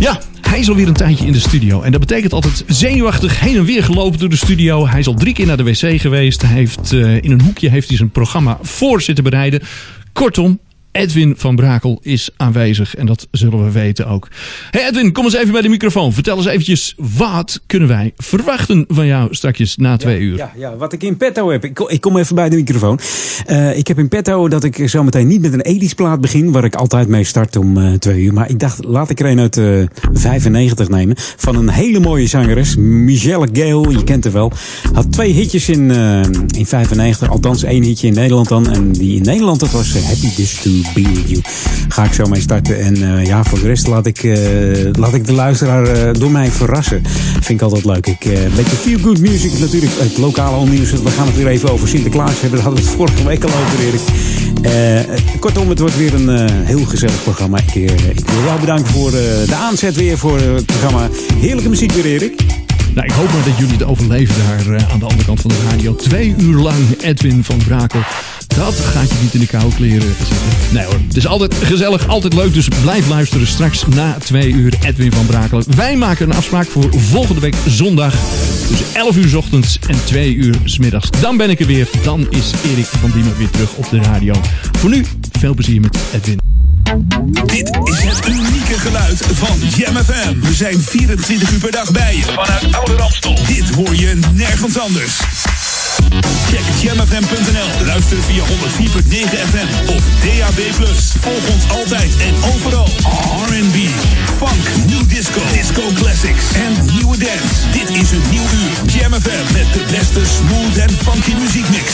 Ja, hij is alweer een tijdje in de studio. En dat betekent altijd zenuwachtig heen en weer gelopen door de studio. Hij is al 3 keer naar de wc geweest. Hij heeft in een hoekje zijn programma voor zitten bereiden. Kortom, Edwin van Brakel is aanwezig en dat zullen we weten ook. Hey Edwin, kom eens even bij de microfoon. Vertel eens eventjes, wat kunnen wij verwachten van jou straks na 2 uur? Ja, wat ik in petto heb. Ik kom even bij de microfoon. Ik heb in petto dat ik zometeen niet met een 80's plaat begin, waar ik altijd mee start om 2 uur. Maar ik dacht, laat ik er een uit 95 nemen. Van een hele mooie zangeres, Michelle Gale, je kent haar wel. Had 2 hitjes in 95, althans 1 hitje in Nederland dan. En die in Nederland, dat was Happy This To Be With You. Ga ik zo mee starten. En voor de rest laat ik de luisteraar door mij verrassen. Vind ik altijd leuk. Een beetje feel good music is natuurlijk het lokale nieuws. We gaan het weer even over Sinterklaas hebben. Daar hadden we het vorige week al over, Erik. Kortom, het wordt weer een heel gezellig programma. Ik wil jou bedanken voor de aanzet weer voor het programma. Heerlijke muziek weer, Erik. Nou, ik hoop maar dat jullie het overleven daar aan de andere kant van de radio. 2 uur lang Edwin van Brakel. Dat gaat je niet in de koude kleren zitten. Nee hoor, het is altijd gezellig, altijd leuk. Dus blijf luisteren. Straks na 2 uur Edwin van Brakel. Wij maken een afspraak voor volgende week zondag. Tussen 11 uur 's ochtends en 2 uur 's middags. Dan ben ik er weer. Dan is Erik van Diemen weer terug op de radio. Voor nu, veel plezier met Edwin. Dit is het unieke geluid van Jam FM. We zijn 24 uur per dag bij je. Vanuit Oude Ramstel. Dit hoor je nergens anders. Check jamfm.nl. Luister via 104.9 FM of DAB+. Volg ons altijd en overal. R&B, funk, new disco, disco classics en nieuwe dance. Dit is een nieuw uur. Jam FM met de beste smooth en funky muziekmix.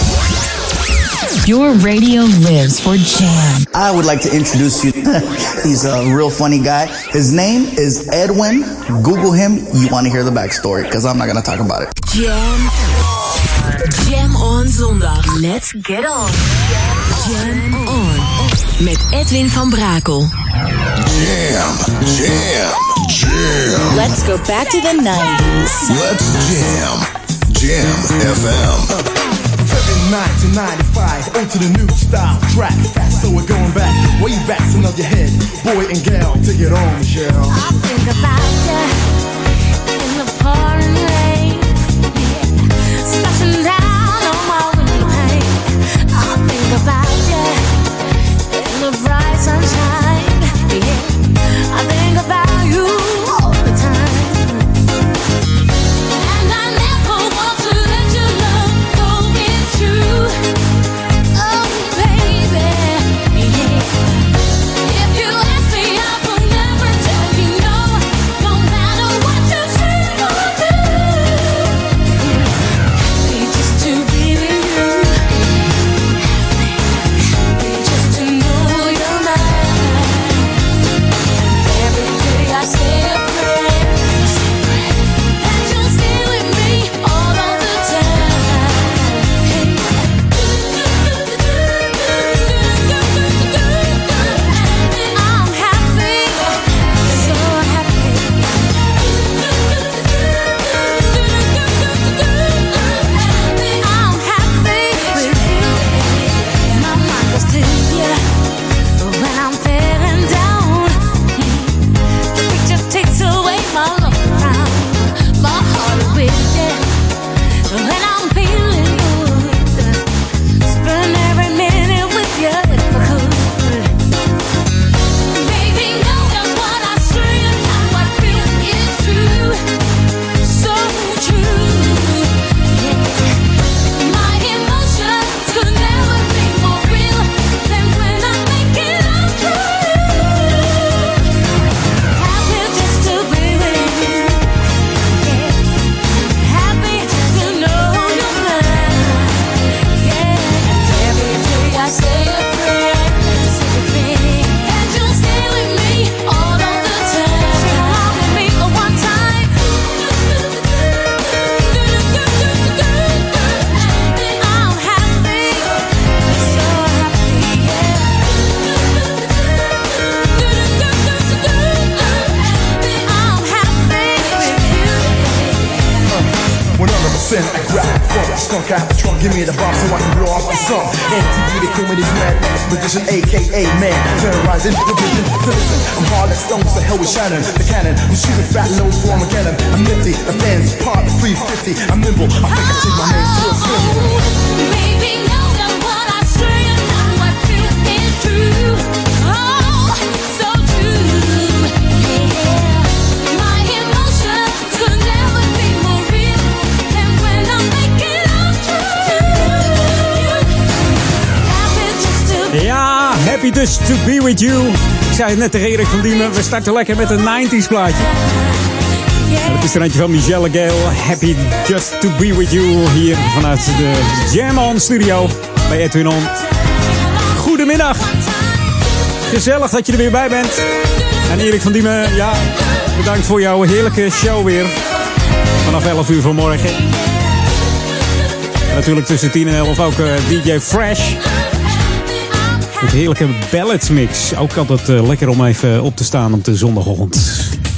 Your radio lives for Jam. I would like to introduce you. He's a real funny guy. His name is Edwin. Google him. You want to hear the backstory, because I'm not going to talk about it. Jam on zondag. Let's get on. Jam on. Met Edwin van Brakel. Jam. Let's go back to the 90s. Let's jam. Jam FM. 79 to 95, on to the new style track. Fast, so we're going back, way back, so nod your head. Boy and gal, take it on, Michelle. I think about you in the pouring rain, yeah. Splashing down on my window pane. I think about you in the bright sunshine, yeah. I think about you all the time. And I never want to let your love go. Oh baby, yeah. If you ask me, I will never tell you no. skunk out the trunk, give me the bomb so I can blow off the sun. MTV, they call me this mad magician, aka man, terrorizing the vision. So listen, I'm hard like stones, the hell with Shannon, the cannon. I'm shooting fat loads for Armageddon. I'm nifty, the fans part 350. I'm nimble, I think I take my name to a symbol. Baby, know that what I say and not what feel is true. Oh, so true. Yeah, my emotions could never be more real than when I'm making love to you. Happy just to be. Ja, happy just to be with you. Ik zei het net tegen Erik van Diemen, we starten lekker met een 90s plaatje. En dat is er eentje van Michelle Gale. Happy just to be with you. Hier vanuit de Jam On studio bij Edwin On. Goedemiddag. Gezellig dat je er weer bij bent. En Erik van Diemen, ja, bedankt voor jouw heerlijke show weer. Vanaf 11 uur vanmorgen. En natuurlijk tussen 10 en 11 ook DJ Fresh. Met heerlijke ballads mix. Ook altijd lekker om even op te staan op de zondagochtend.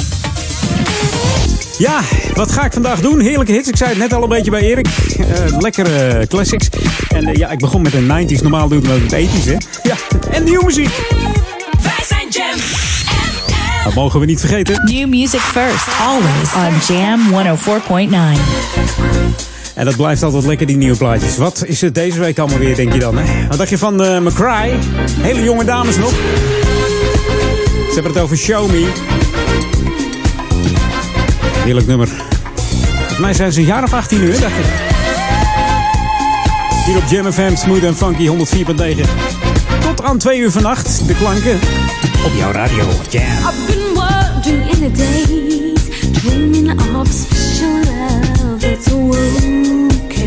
Ja, wat ga ik vandaag doen? Heerlijke hits. Ik zei het net al een beetje bij Erik. Lekkere classics. En ja, ik begon met de 90s. Normaal doen we het met de 80s, hè? Ja, en nieuwe muziek. Wij zijn Jam FM. Dat mogen we niet vergeten. New music first, always on Jam 104.9. En dat blijft altijd lekker, die nieuwe plaatjes. Wat is het deze week allemaal weer, denk je dan, hè? Wat dacht je van McCry? Hele jonge dames nog. Ze hebben het over Show Me. Heerlijk nummer. Volgens mij zijn ze een jaar of 18 nu, hè, dacht ik. Hier op Jam FM, Smooth and Funky 104.9. Tot aan 2 uur vannacht, de klanken op jouw radio. Jam. I've been wondering in the days, dreaming of special love that's awoken.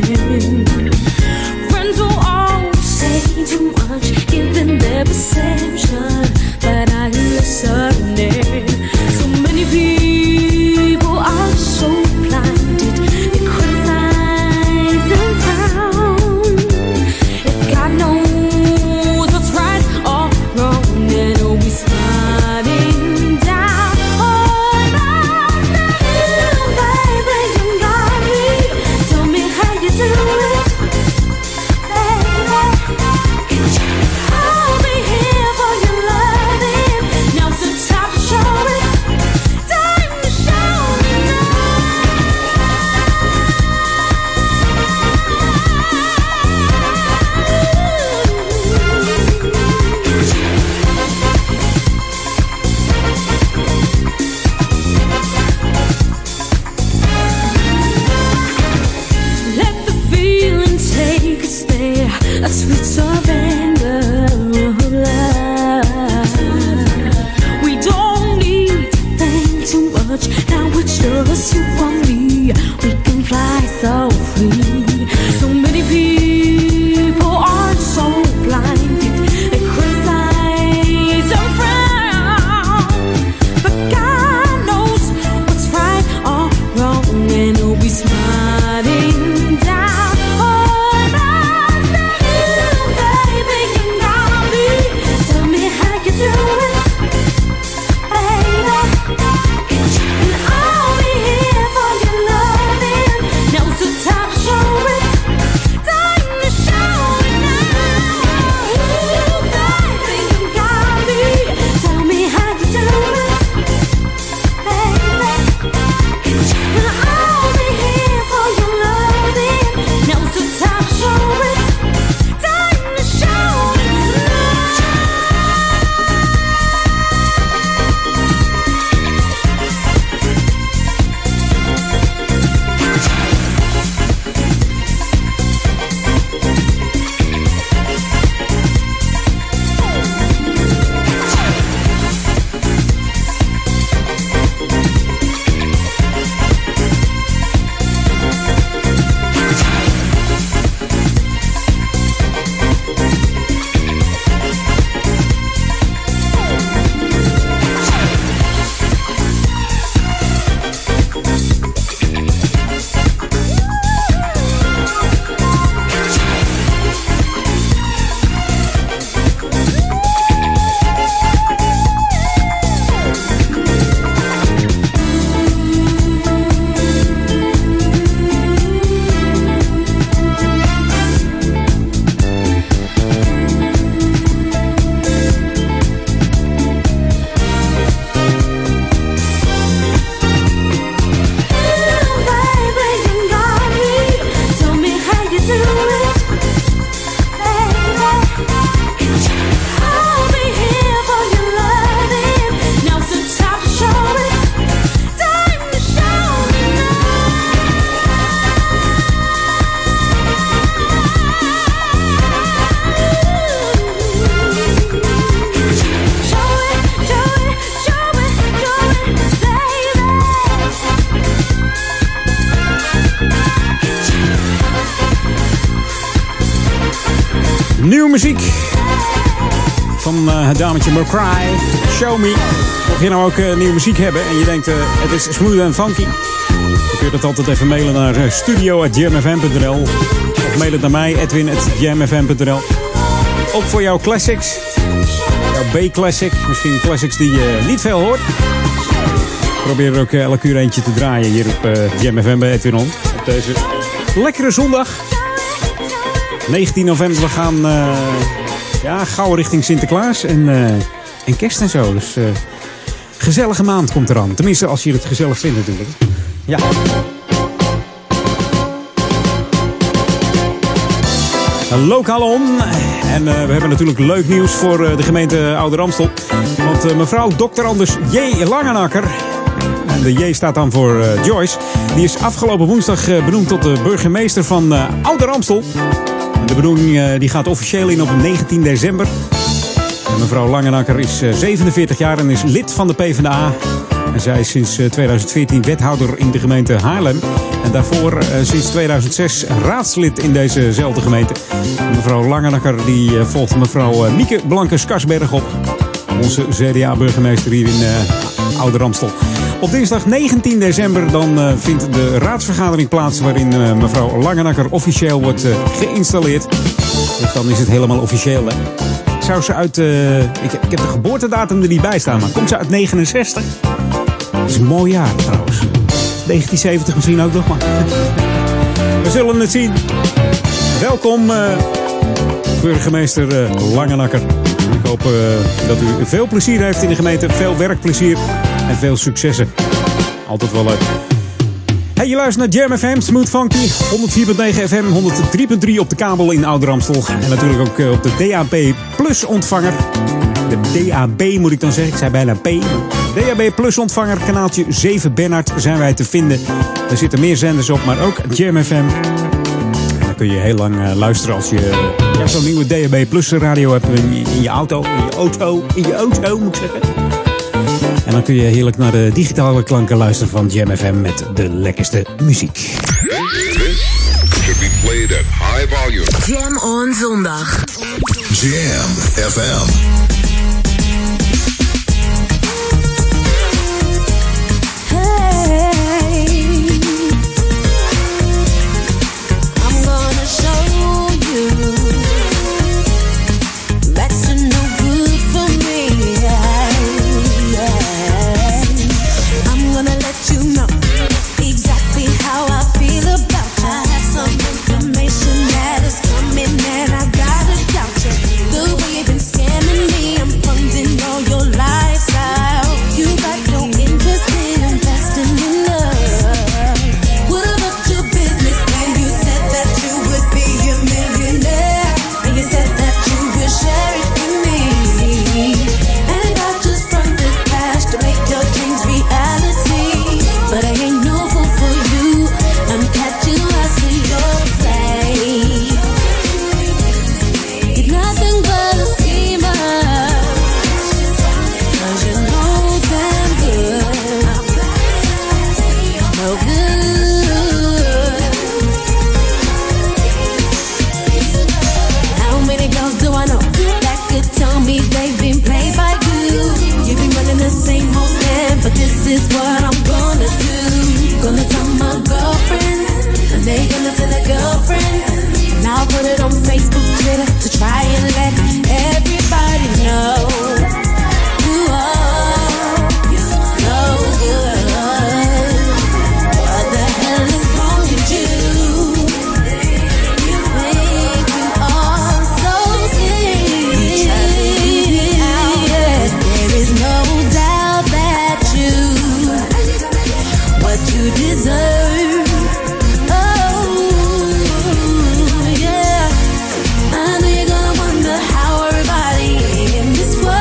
Friends will always say too much, given their perception, but I listen. So many people are so blinded, they criticize and frown. If God knows what's right or wrong, then always sliding down. Nieuwe muziek van het dametje McCry, Show Me. Mocht je nou ook nieuwe muziek hebben en je denkt het is smooth en funky, dan kun je dat altijd even mailen naar studio@jamfm.nl of mail het naar mij, edwin@jamfm.nl. Ook voor jouw classics, jouw B-classic, misschien classics die je niet veel hoort. Probeer er ook elke uur eentje te draaien hier op Jam FM bij Edwin On. Op deze lekkere zondag. 19 november, we gaan gauw richting Sinterklaas en kerst en zo. Dus gezellige maand komt eraan. Tenminste, als je het gezellig vindt natuurlijk. Ja. Lokaal on. En we hebben natuurlijk leuk nieuws voor de gemeente Ouder-Amstel. Want mevrouw Dr. Anders J. Langenakker, en de J staat dan voor Joyce, die is afgelopen woensdag benoemd tot de burgemeester van Ouder-Amstel. En de benoeming die gaat officieel in op 19 december. En mevrouw Langenakker is 47 jaar en is lid van de PvdA. En zij is sinds 2014 wethouder in de gemeente Haarlem. En daarvoor sinds 2006 raadslid in dezezelfde gemeente. En mevrouw Langenakker die volgt mevrouw Mieke Blanke-Skarsberg op. Onze CDA-burgemeester hier in Ouder-Amstel. Op dinsdag 19 december dan vindt de raadsvergadering plaats waarin mevrouw Langenakker officieel wordt geïnstalleerd. Dus dan is het helemaal officieel, hè. Zou ze uit... ik heb de geboortedatum er niet bij staan, maar komt ze uit 69? Dat is een mooi jaar trouwens. 1970 misschien ook nog, maar... We zullen het zien. Welkom, burgemeester Langenakker. Ik hoop dat u veel plezier heeft in de gemeente. Veel werkplezier en veel successen. Altijd wel leuk. Hey, je luistert naar Jam FM, Smooth Funky. 104.9 FM, 103.3 op de kabel in Ouder-Amstel. En natuurlijk ook op de DAB Plus ontvanger. De DAB moet ik dan zeggen, ik zei bijna P. DAB Plus ontvanger, kanaaltje 7 Bernhard zijn wij te vinden. Er zitten meer zenders op, maar ook Jam FM. En dan kun je heel lang luisteren als je zo'n nieuwe DAB Plus radio hebt in je auto. In je auto moet ik zeggen. En dan kun je heerlijk naar de digitale klanken luisteren van Jam FM met de lekkerste muziek. This should be played at high volume. Jam on zondag. Jam FM. This world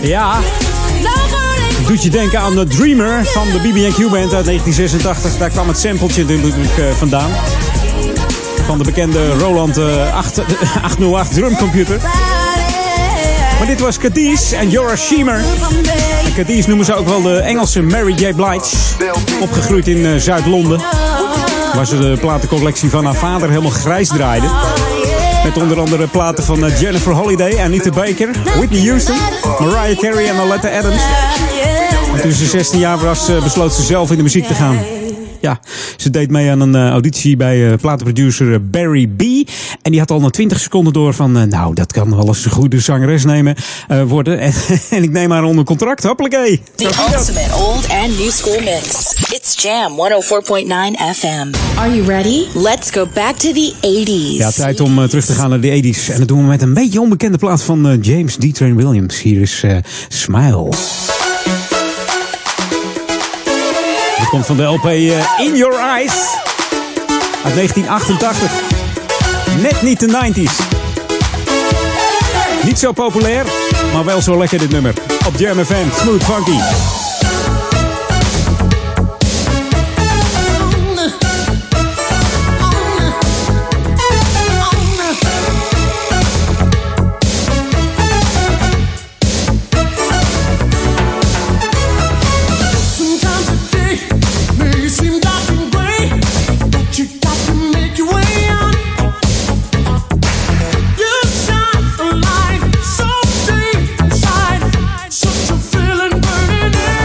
Ja, doet je denken aan de Dreamer van de BB&Q Band uit 1986. Daar kwam het sampletje natuurlijk vandaan. Van de bekende Roland 808 drumcomputer. Maar dit was Cadiz en Yora Schemer. En Cadiz noemen ze ook wel de Engelse Mary J. Blige. Opgegroeid in Zuid-Londen. Waar ze de platencollectie van haar vader helemaal grijs draaide. Met onder andere platen van Jennifer Holliday, Anita Baker, Whitney Houston, Mariah Carey en Aletta Adams. En toen ze 16 jaar was, besloot ze zelf in de muziek te gaan. Ja, ze deed mee aan een auditie bij platenproducer Barry B. En die had al na 20 seconden door van... nou, dat kan wel eens een goede zangeres worden. En ik neem haar onder contract. Hoppakee. The ultimate old and new school mix. It's Jam 104.9 FM. Are you ready? Let's go back to the 80s. Ja, tijd om terug te gaan naar de 80s. En dat doen we met een beetje onbekende plaat van James D. Train Williams. Hier is Smile. Dat komt van de LP In Your Eyes uit 1988. Net niet de 90s. Niet zo populair, maar wel zo lekker dit nummer. Op Jam FM, Smooth Funky. Such a feeling burning in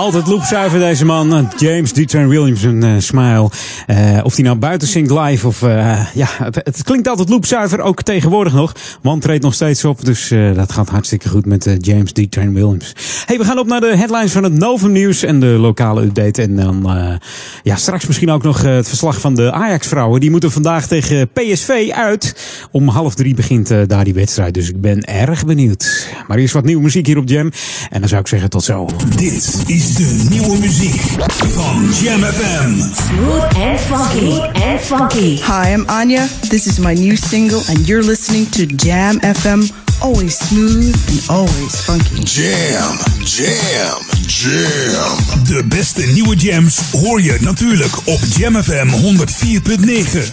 Altijd loopzuiver deze man. James D. Train Williams, een smile. Of hij nou buiten zingt live of... het klinkt altijd loopzuiver, ook tegenwoordig nog. Man treedt nog steeds op, dus dat gaat hartstikke goed met James D. Train Williams. Hey, we gaan op naar de headlines van het Novum Nieuws en de lokale update. En dan straks misschien ook nog het verslag van de Ajax-vrouwen. Die moeten vandaag tegen PSV uit. Om 2:30 begint daar die wedstrijd, dus ik ben erg benieuwd. Maar eerst wat nieuwe muziek hier op Jam. En dan zou ik zeggen tot zo. Dit is de nieuwe muziek van Jam FM. Smooth and funky. Hi, I'm Anya. This is my new single and you're listening to Jam FM. Always smooth and always funky. Jam. De beste nieuwe jams hoor je natuurlijk op Jam FM 104.9.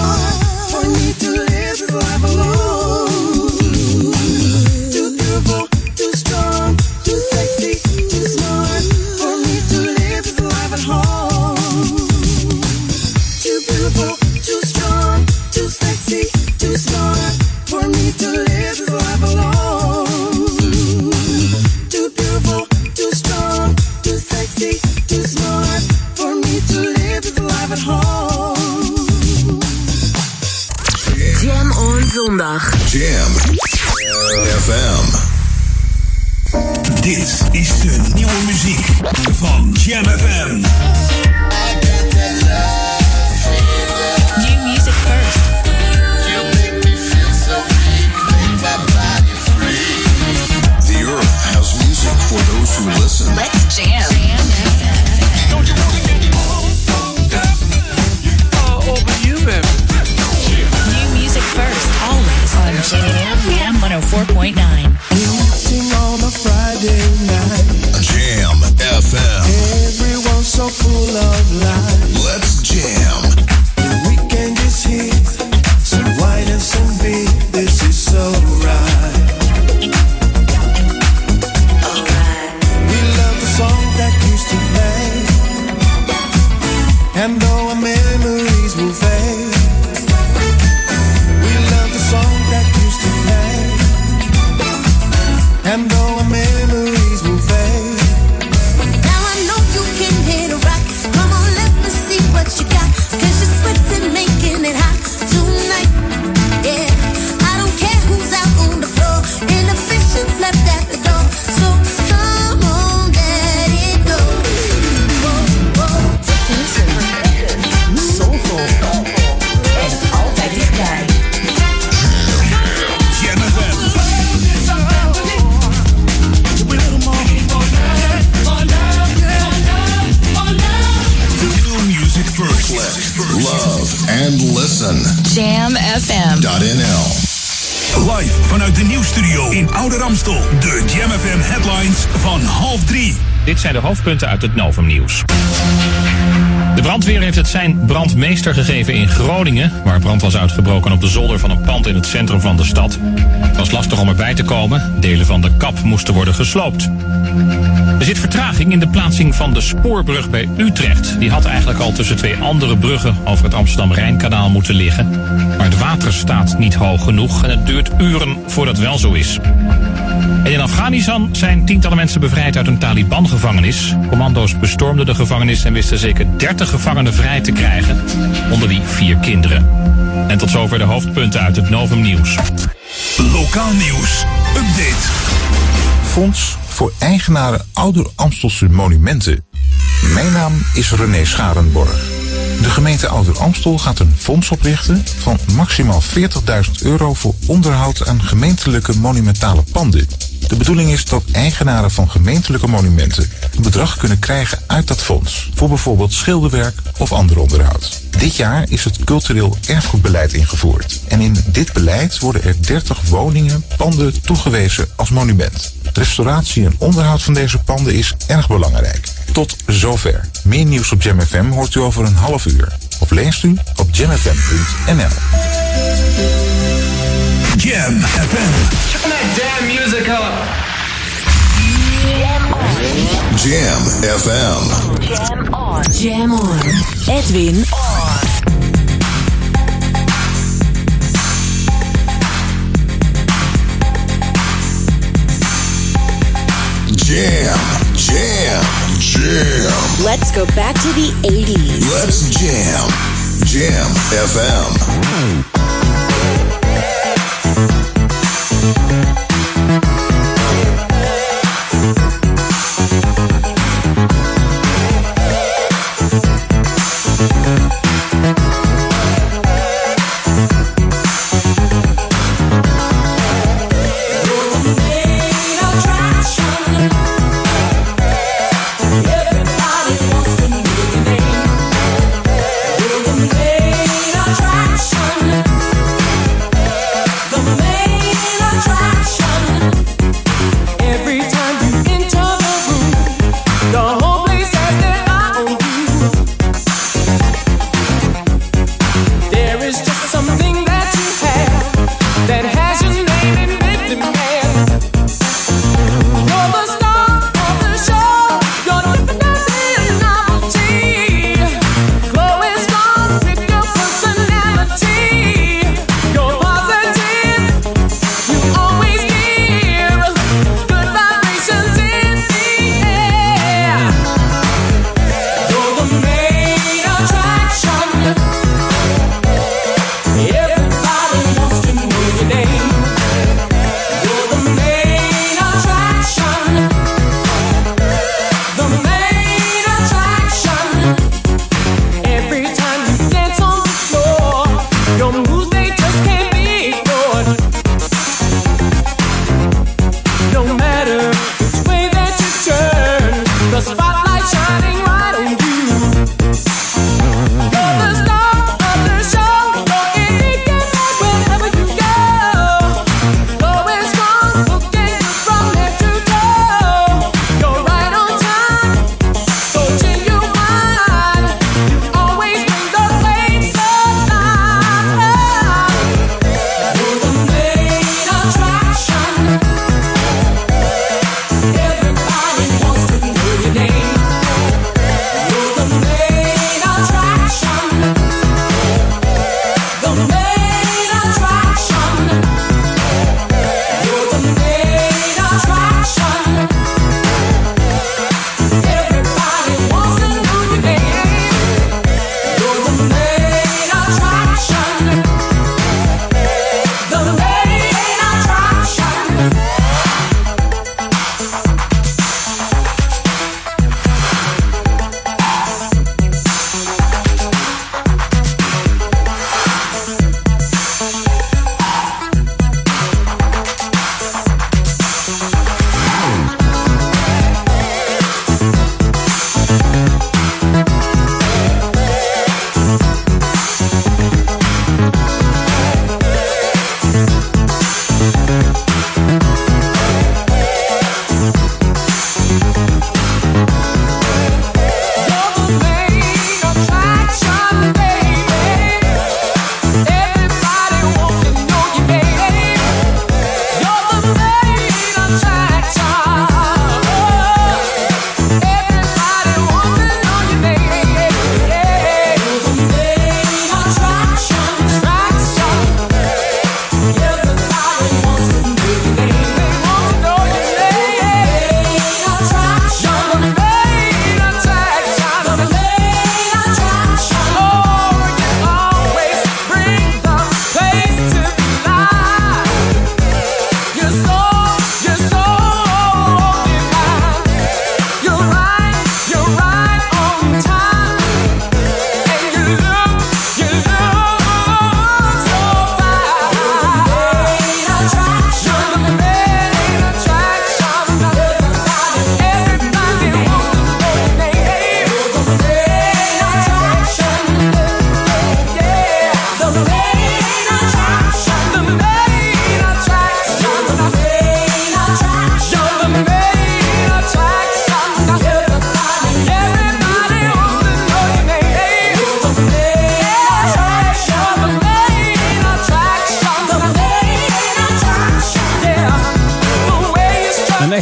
For me to live this life alone. Too beautiful. zondag. Jam FM. Dit is de nieuwe muziek van Jam FM. New music first. You make me feel so weak, make my body free. The earth has music for those who listen. Let's jam. Don't you want to get all over you, baby? New music first, always on Jam 104.9. On a Friday night, Jam FM. everyone's so full of life. Let's jam. The weekend is here, some wine and some beer. This is so right. We love the song that used to play, and though our memories will fade, we love the song that used to play, and though our memories will fade. Now I know you can hit a rock. Come on, let me see what you got. 'Cause you're sweating, making it hot tonight. Yeah, I don't care who's out on the floor. Inhibitions left at the door. So come on, let it go. Whoa, whoa. Soulful. En altijd dichtbij. Jam FM. New music first. Love and listen. Jam FM. .nl. Live vanuit de nieuwsstudio in Oude Ramstel. De Jam FM headlines van 2:30. Dit zijn de hoofdpunten uit het Novum Nieuws. De brandweer heeft het sein brandmeester gegeven in Groningen, waar brand was uitgebroken op de zolder van een pand in het centrum van de stad. Het was lastig om erbij te komen. Delen van de kap moesten worden gesloopt. Er zit vertraging in de plaatsing van de spoorbrug bij Utrecht. Die had eigenlijk al tussen twee andere bruggen over het Amsterdam-Rijnkanaal moeten liggen. Maar het water staat niet hoog genoeg en het duurt uren voordat het wel zo is. En in Afghanistan zijn tientallen mensen bevrijd uit een Taliban-gevangenis. Commando's bestormden de gevangenis en wisten zeker 30 gevangenen vrij te krijgen, onder wie 4 kinderen. En tot zover de hoofdpunten uit het Novum Nieuws. Lokaal nieuws. Update. Fonds voor eigenaren Ouder Amstelse monumenten. Mijn naam is René Scharenborg. De gemeente Ouder Amstel gaat een fonds oprichten van maximaal €40.000 voor onderhoud aan gemeentelijke monumentale panden. De bedoeling is dat eigenaren van gemeentelijke monumenten een bedrag kunnen krijgen uit dat fonds, voor bijvoorbeeld schilderwerk of ander onderhoud. Dit jaar is het cultureel erfgoedbeleid ingevoerd. En in dit beleid worden er 30 woningen, panden toegewezen als monument. Restauratie en onderhoud van deze panden is erg belangrijk. Tot zover. Meer nieuws op Jam FM hoort u over een half uur. Of leest u op jamfm.nl. Jam FM. Turn that damn music up. Jam FM. Jam on. Jam on. Edwin on. Jam, jam, jam. Let's go back to the 80s. Let's jam. Jam FM. Attraction.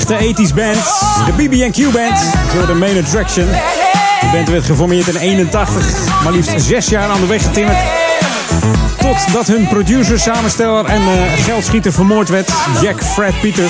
echte 80s band. De BB&Q Band. Door de Main Attraction. De band werd geformeerd in 81. Maar liefst 6 jaar aan de weg getimmerd. Totdat hun producer, samensteller en geldschieter vermoord werd. Jack Fred Peters.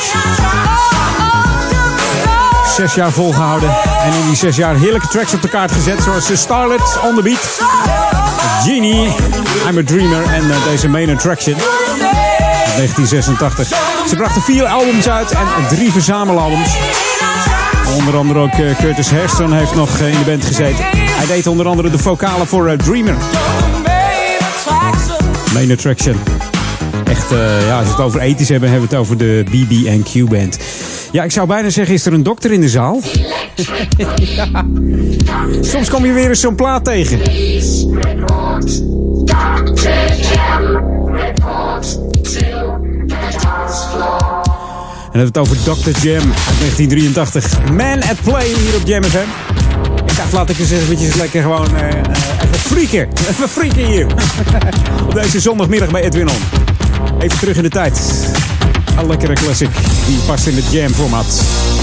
6 jaar volgehouden. En in die 6 jaar heerlijke tracks op de kaart gezet. Zoals Starlet, On The Beat. Genie, I'm a Dreamer en deze Main Attraction. 1986. Ze brachten 4 albums uit en 3 verzamelalbums. Onder andere ook Curtis Hairston heeft nog in de band gezeten. Hij deed onder andere de vocalen voor Dreamer. Main Attraction. Echt, als we het over ethisch hebben, hebben we het over de BB&Q Band. Ja, ik zou bijna zeggen, is er een dokter in de zaal? Ja. Soms kom je weer eens zo'n plaat tegen. En dan hebben we het over Dr. Jam uit 1983. Man at Play hier op Jam FM. Ik dacht, laat ik eens eventjes lekker gewoon even freaken. Even freaken hier. Op deze zondagmiddag bij Edwin On. Even terug in de tijd. Een lekkere classic. Die past in het Jam format.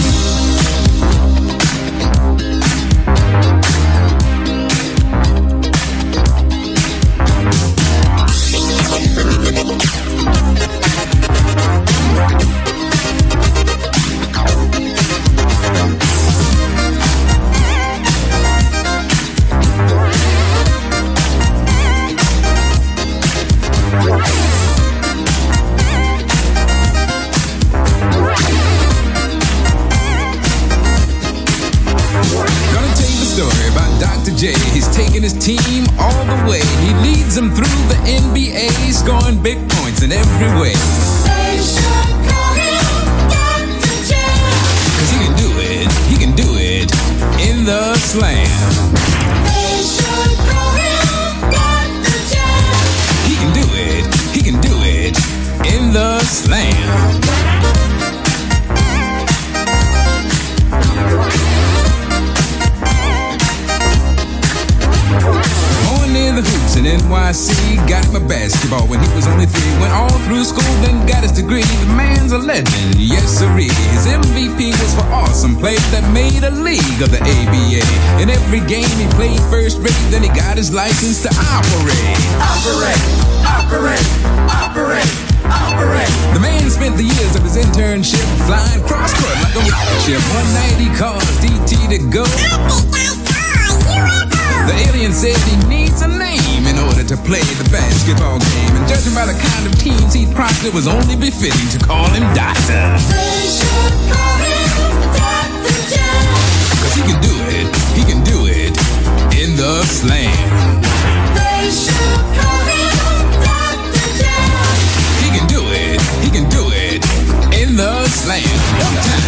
He's taking his team all the way. He leads them through the NBA, scoring big points in every way. They should call him Dr. J. 'Cause he can do it in the slam. They should call him Dr. J. He can do it in the slam. In the hoops in NYC, got him a basketball when he was only 3. Went all through school, then got his degree. The man's a legend, yes sirree. His MVP was for awesome plays that made a league of the ABA. In every game he played first rate, then he got his license to operate. Operate. The man spent the years of his internship flying cross-court like a rocket ship. One night he called DT to go. The alien said he needs a name in order to play the basketball game. And judging by the kind of teams he'd prospered, it was only befitting to call him Doctor. They should call him Dr. J. 'Cause he can do it in the slam. They should call him Dr. J. He can do it in the slam. One time.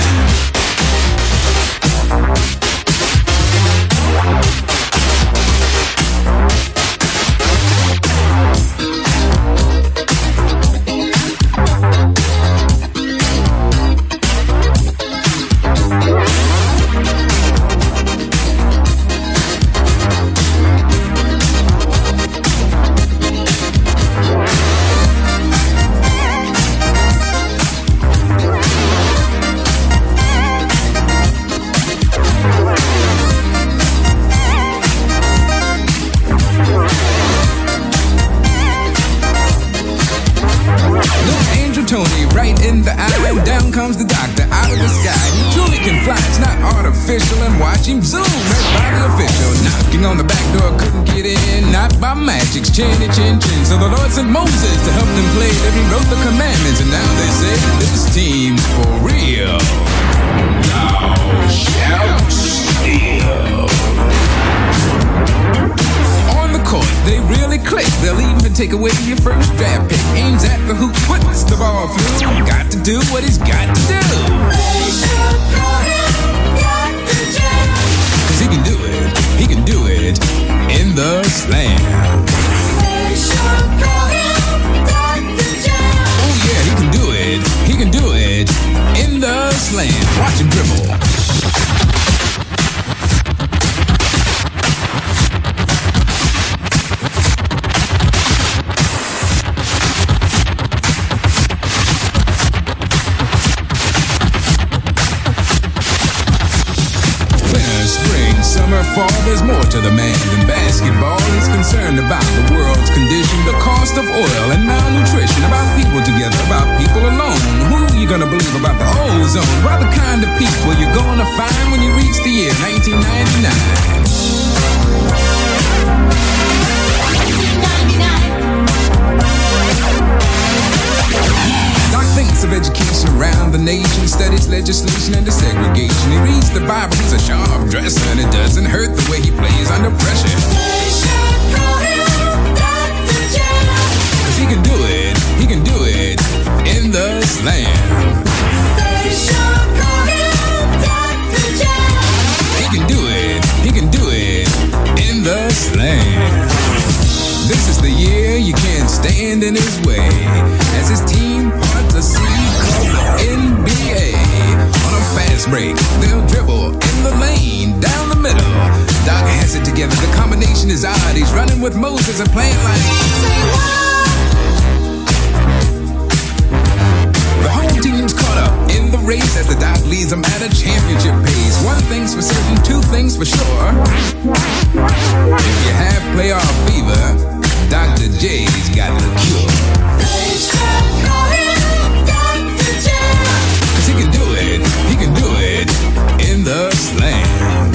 In the eye, and down comes the doctor out of the sky. He truly can fly, it's not artificial. And watch him zoom right by the official. Knocking on the back door, couldn't get in. Not by magic's chinny chin chin. So the Lord sent Moses to help them play. Then he wrote the commandments, and now they say this team's for real. Thou shalt steal. On the court, they really click. They'll even take away your first draft pick. Aims at the hoop, puts the ball through. Got to do what he's got to do. They should call him Dr. J. 'Cause he can do it in the slam. They should call him Dr. J. Oh yeah, he can do it in the slam. Watch him dribble. to the man in basketball. He's concerned about the world's condition, the cost of oil and malnutrition, about people together, about people alone. Who you gonna believe about the ozone? About the kind of people you're gonna find when you reach the year 1999. Doc thinks of education around the nation, studies legislation and desegregation. He reads the Bible, he's a sharp dresser, and it doesn't hurt the way he plays under pressure. Cause he can do it in the slam. He can do it in the slam. This is the year you can't stand in his way, as his team parts a sea called the NBA. On a fast break, they'll dribble in the lane, down the middle. Doc has it together, the combination is odd. He's running with Moses and playing like the whole team's caught up in the race as the Doc leads them at a championship pace. One thing's for certain, two things for sure. If you have playoff fever, Dr. J's got the cure. Cause he can do it in the slam.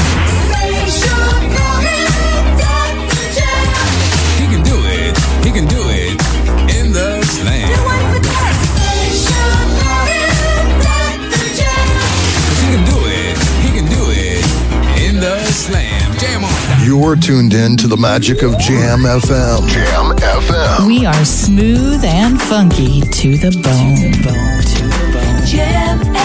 He can do it in the slam. Cause he can do it in the slam. Jam on. You're tuned in to the magic of Jam FM. Jam FM. We are smooth and funky to the bone. Jam FM.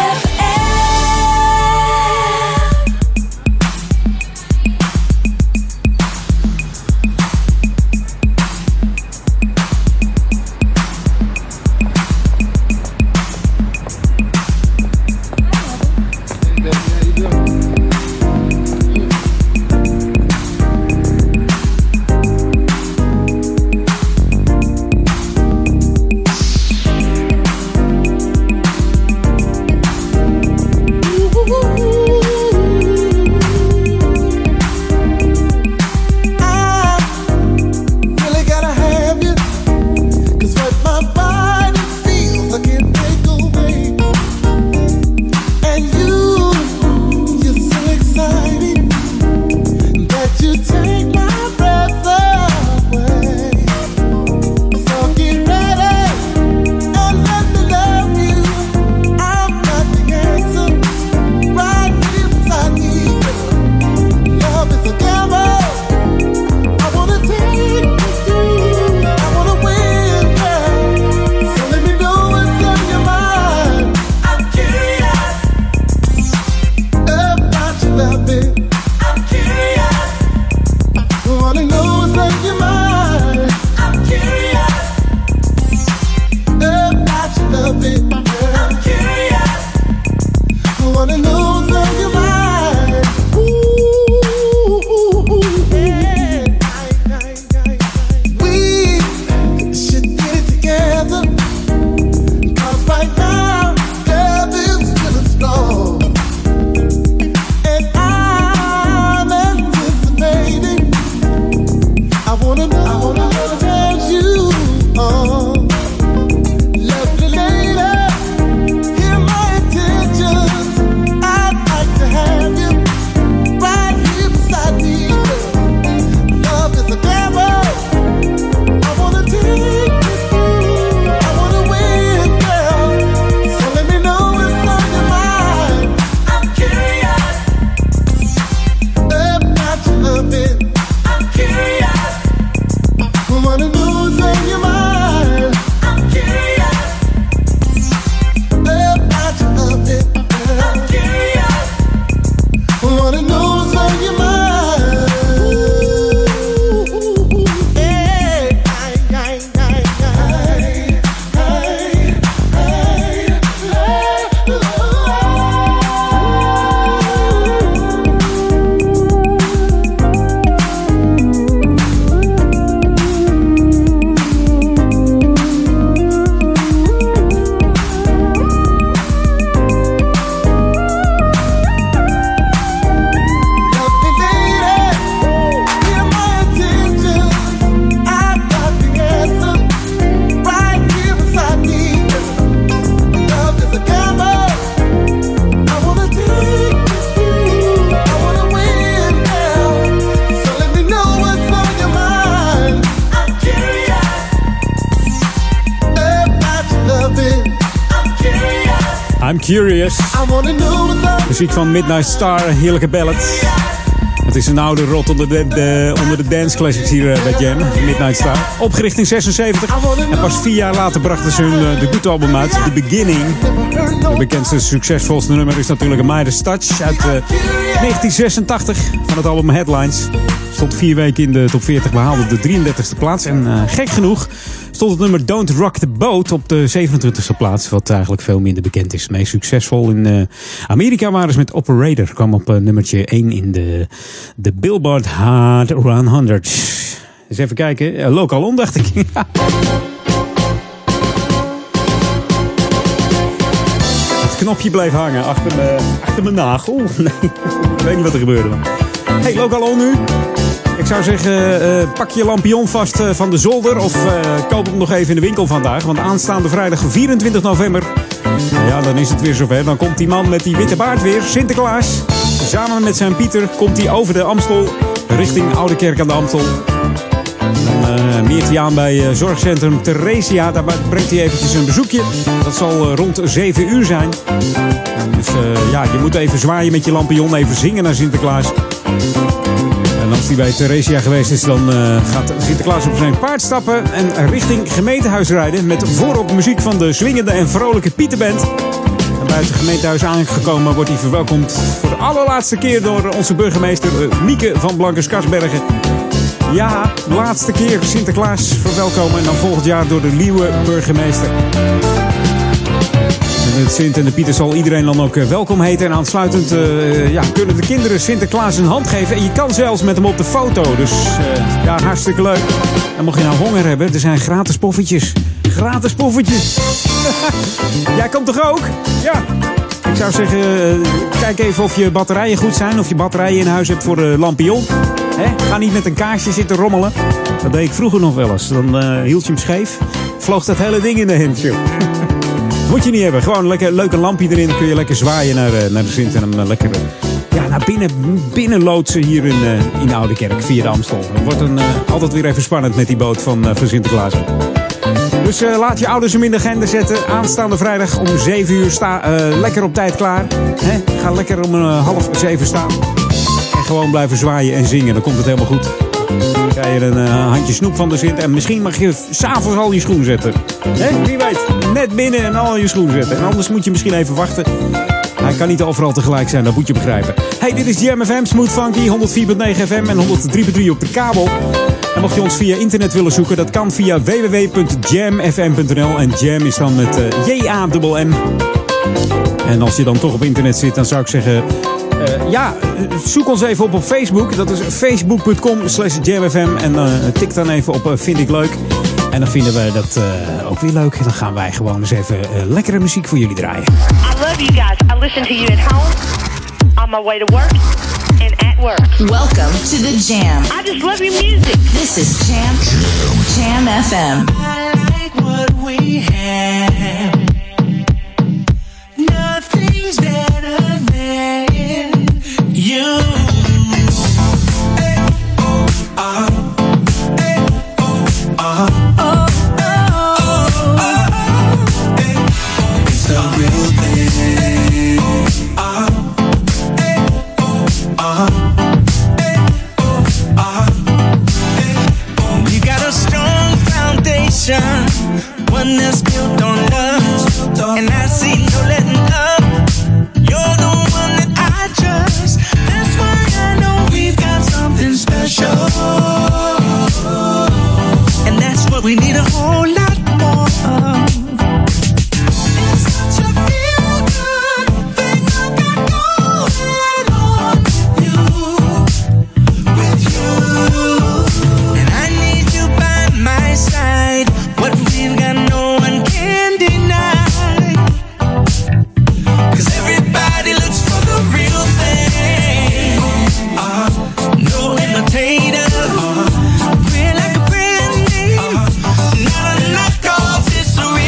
I'm Curious. Muziek van Midnight Star, een heerlijke ballad. Het is een oude rot onder de dance classics hier bij Jam, Midnight Star. Opgericht in 76 en pas 4 jaar later brachten ze hun debuutalbum uit, The Beginning. De bekendste, succesvolste nummer is natuurlijk Midas Touch uit 1986 van het album Headlines. Stond 4 weken in de top 40, behaalde de 33e plaats. En gek genoeg stond het nummer Don't Rock the Boat op de 27e plaats. Wat eigenlijk veel minder bekend is. Meest succesvol in Amerika waren ze met Operator. Kwam op nummertje 1 in de Billboard Hot 100. Dus even kijken. Local On, dacht ik. Het knopje bleef hangen achter mijn nagel. Nee, ik weet niet wat er gebeurde. Hey, Local On nu. Ik zou zeggen, pak je lampion vast van de zolder of koop hem nog even in de winkel vandaag. Want aanstaande vrijdag 24 november, ja, dan is het weer zover. Dan komt die man met die witte baard weer, Sinterklaas. Samen met zijn Pieter komt hij over de Amstel richting Oudekerk aan de Amstel. Dan meert hij aan bij zorgcentrum Theresia. Daar brengt hij eventjes een bezoekje. Dat zal rond 7 uur zijn. Dus ja, je moet even zwaaien met je lampion, even zingen naar Sinterklaas. En als hij bij Theresia geweest is, dan gaat Sinterklaas op zijn paard stappen en richting gemeentehuis rijden. Met voorop muziek van de swingende en vrolijke Pieterband. En bij het gemeentehuis aangekomen wordt hij verwelkomd voor de allerlaatste keer door onze burgemeester Mieke van Blankers-Karsbergen. Ja, laatste keer Sinterklaas verwelkomen en dan volgend jaar door de nieuwe burgemeester. Het Sint en de Pieter zal iedereen dan ook welkom heten. En aansluitend kunnen de kinderen Sinterklaas een hand geven. En je kan zelfs met hem op de foto. Dus ja, hartstikke leuk. En mocht je nou honger hebben, er zijn gratis poffertjes. Gratis poffertjes. Jij komt toch ook? Ja. Ik zou zeggen, kijk even of je batterijen goed zijn. Of je batterijen in huis hebt voor de lampion. Ga niet met een kaarsje zitten rommelen. Dat deed ik vroeger nog wel eens. Dan hield je hem scheef. Vloog dat hele ding in de hand, joh. Moet je niet hebben. Gewoon lekker leuke lampje erin. Dan kun je lekker zwaaien naar de Sint. En hem lekker naar binnen loodsen hier in Oudekerk via de Amstel. Het wordt altijd weer even spannend met die boot van Sinterklaas. Dus laat je ouders hem in de agenda zetten. Aanstaande vrijdag om 7 uur lekker op tijd klaar. Ga lekker om 6:30 staan. En gewoon blijven zwaaien en zingen. Dan komt het helemaal goed. Dan krijg je een handje snoep van de Sint. En misschien mag je 's avonds al je schoen zetten. Wie weet. Net binnen en al je schoen zetten. En anders moet je misschien even wachten. Hij kan niet overal tegelijk zijn, dat moet je begrijpen. Hey, dit is Jam FM, Smooth Funky, 104.9 FM en 103.3 op de kabel. En mocht je ons via internet willen zoeken, dat kan via www.jamfm.nl. En Jam is dan met J-A-M-M. En als je dan toch op internet zit, dan zou ik zeggen... zoek ons even op Facebook. Dat is facebook.com/jamfm. En tik dan even op vind ik leuk. En dan vinden we dat ook weer leuk. Dan gaan wij gewoon eens even lekkere muziek voor jullie draaien. I love you guys. I listen to you at home, on my way to work, and at work. Welcome to the Jam. I just love your music. This is Jam FM. I like what we have. Nothing's better than you. It's the real thing. You got a strong foundation, one that's built on love, and I see no letting up. You're the one that I trust. That's why I know we've got something special, and that's what we need a whole lot more of. It's such a feel-good thing I got going on with you, and I need you by my side. What we've got, no one can deny. 'Cause everybody looks for the real thing. No imitator. We're like a brand name. Not a knockoff, it's the real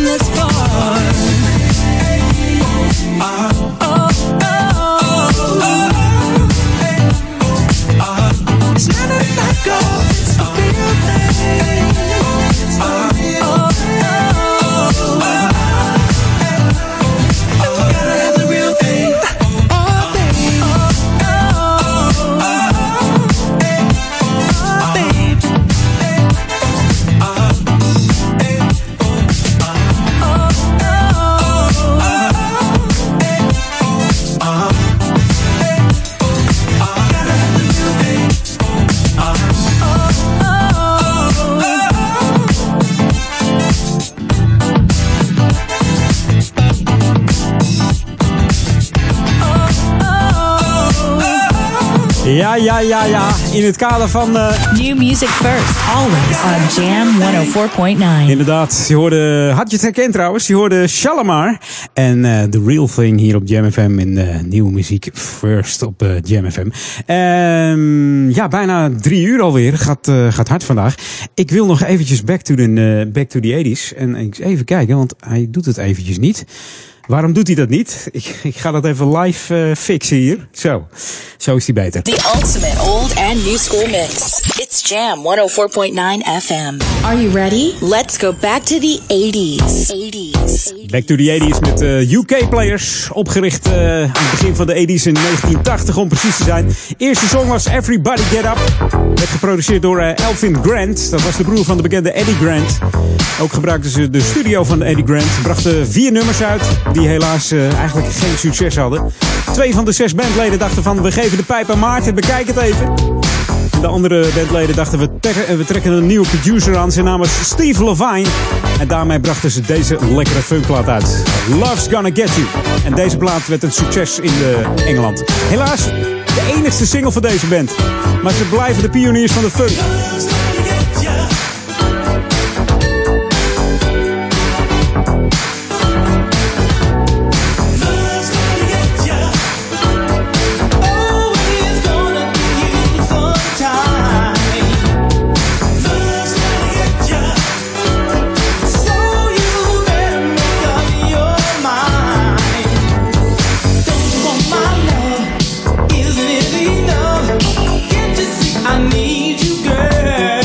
this far. It's not enough, girl. It's the real thing. Gotta have the real thing. Oh, baby. Ja. In het kader van... New music first, always on Jam 104.9. Inderdaad, had je het herkend trouwens? Je hoorde Shalamar en The Real Thing hier op Jam FM in nieuwe muziek first op Jam FM. Bijna 3 uur alweer. Gaat hard vandaag. Ik wil nog eventjes back to the 80s. En even kijken, want hij doet het eventjes niet. Waarom doet hij dat niet? Ik ga dat even live fixen hier. Zo is hij beter. The ultimate old and new school mix. It's Jam 104.9 FM. Are you ready? Let's go back to the 80s. Back to the 80s met UK-players. Opgericht aan het begin van de 80s in 1980 om precies te zijn. Eerste song was Everybody Get Up. Werd geproduceerd door Elvin Grant. Dat was de broer van de bekende Eddie Grant. Ook gebruikten ze de studio van Eddie Grant. Brachten 4 nummers uit die helaas eigenlijk geen succes hadden. 2 van de 6 bandleden dachten van we geven de pijp aan Maarten, bekijk het even. De andere bandleden dachten we trekken een nieuwe producer aan. Zijn naam was Steve Levine. En daarmee brachten ze deze lekkere funkplaat uit. Love's Gonna Get You. En deze plaat werd een succes in Engeland. Helaas de enigste single van deze band. Maar ze blijven de pioniers van de funk. I need you, girl.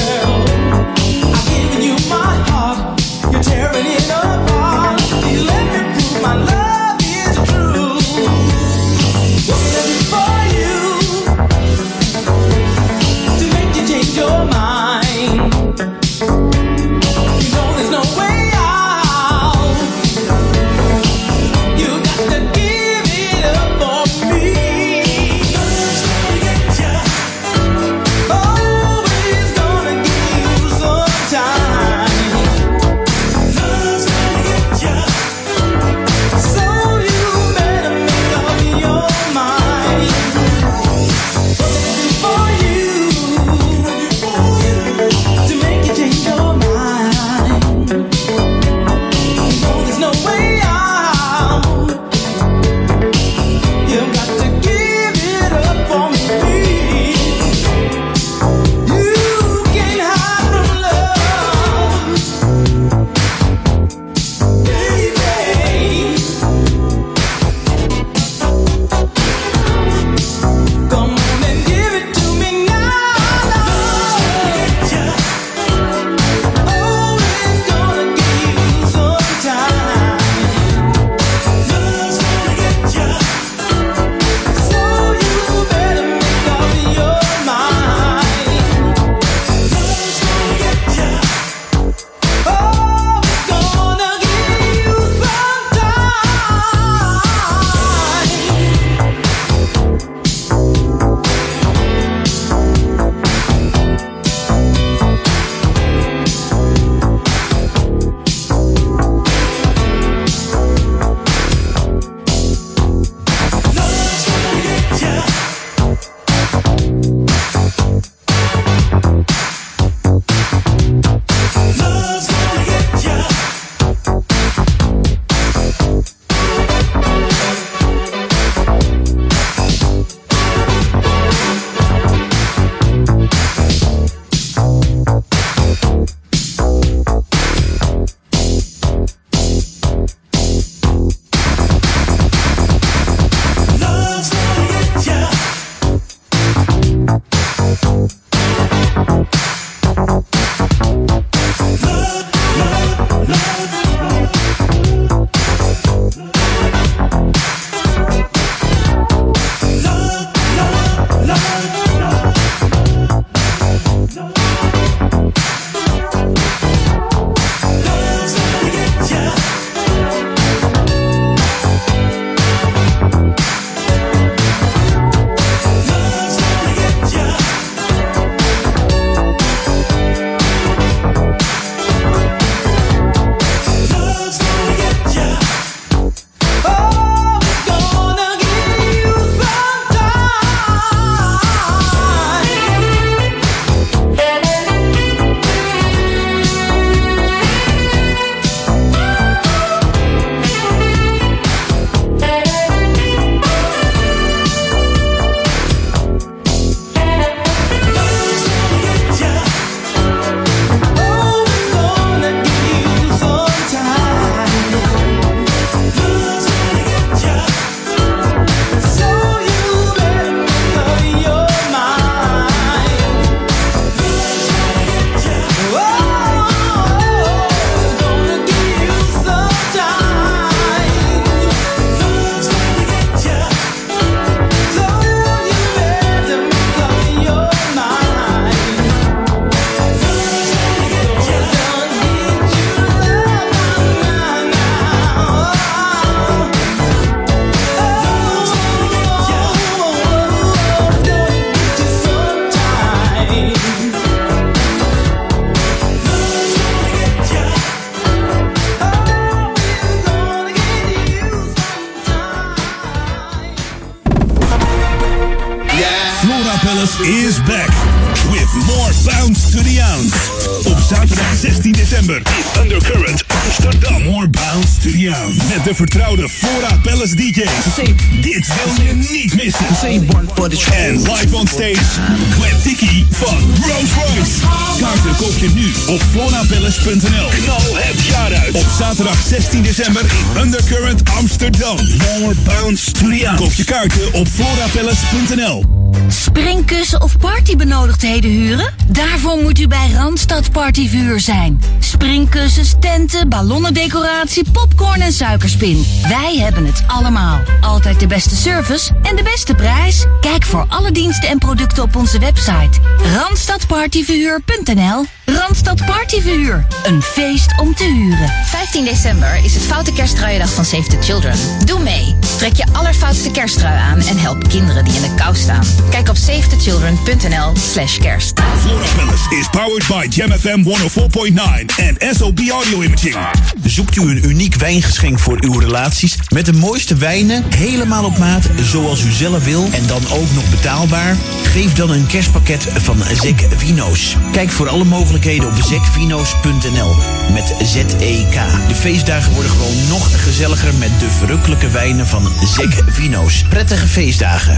is back with more Bounce to the Ounce. Op zaterdag 16 december in Undercurrent, Amsterdam. More Bounce to the Ounce. Met de vertrouwde Flora Palace DJ's. Dit wil je niet missen. En live on stage, Gwen Dicky van Rolls Royce. Kaarten koop je nu op florapalace.nl. Knal het jaar uit. Op zaterdag 16 december in Undercurrent, Amsterdam. More Bounce to the Ounce. Koop je kaarten op florapalace.nl. Springkussen of partybenodigdheden huren? Daarvoor moet u bij Randstad Partyvuur zijn. Springkussens, tenten, ballonnendecoratie, popcorn en suikerspin. Wij hebben het allemaal. Altijd de beste service en de beste prijs. Kijk voor alle diensten en producten op onze website. randstadpartyverhuur.nl. Randstad Partyverhuur. Een feest om te huren. 15 december is het Foute Kersttruiendag van Save the Children. Doe mee. Trek je allerfoutste kersttrui aan en help kinderen die in de kou staan. Kijk op savethechildren.nl/kerst. Flora Palace is powered by Jam FM 104.9 en SOB Audio Imaging. Zoekt u een uniek wijngeschenk voor uw relaties met de mooiste wijnen, helemaal op maat, zoals u zelf wil en dan ook nog betaalbaar? Geef dan een kerstpakket van Zek Vino's. Kijk voor alle mogelijkheden op zekvino's.nl met ZEK. De feestdagen worden gewoon nog gezelliger met de verrukkelijke wijnen van Zek Vino's. Prettige feestdagen.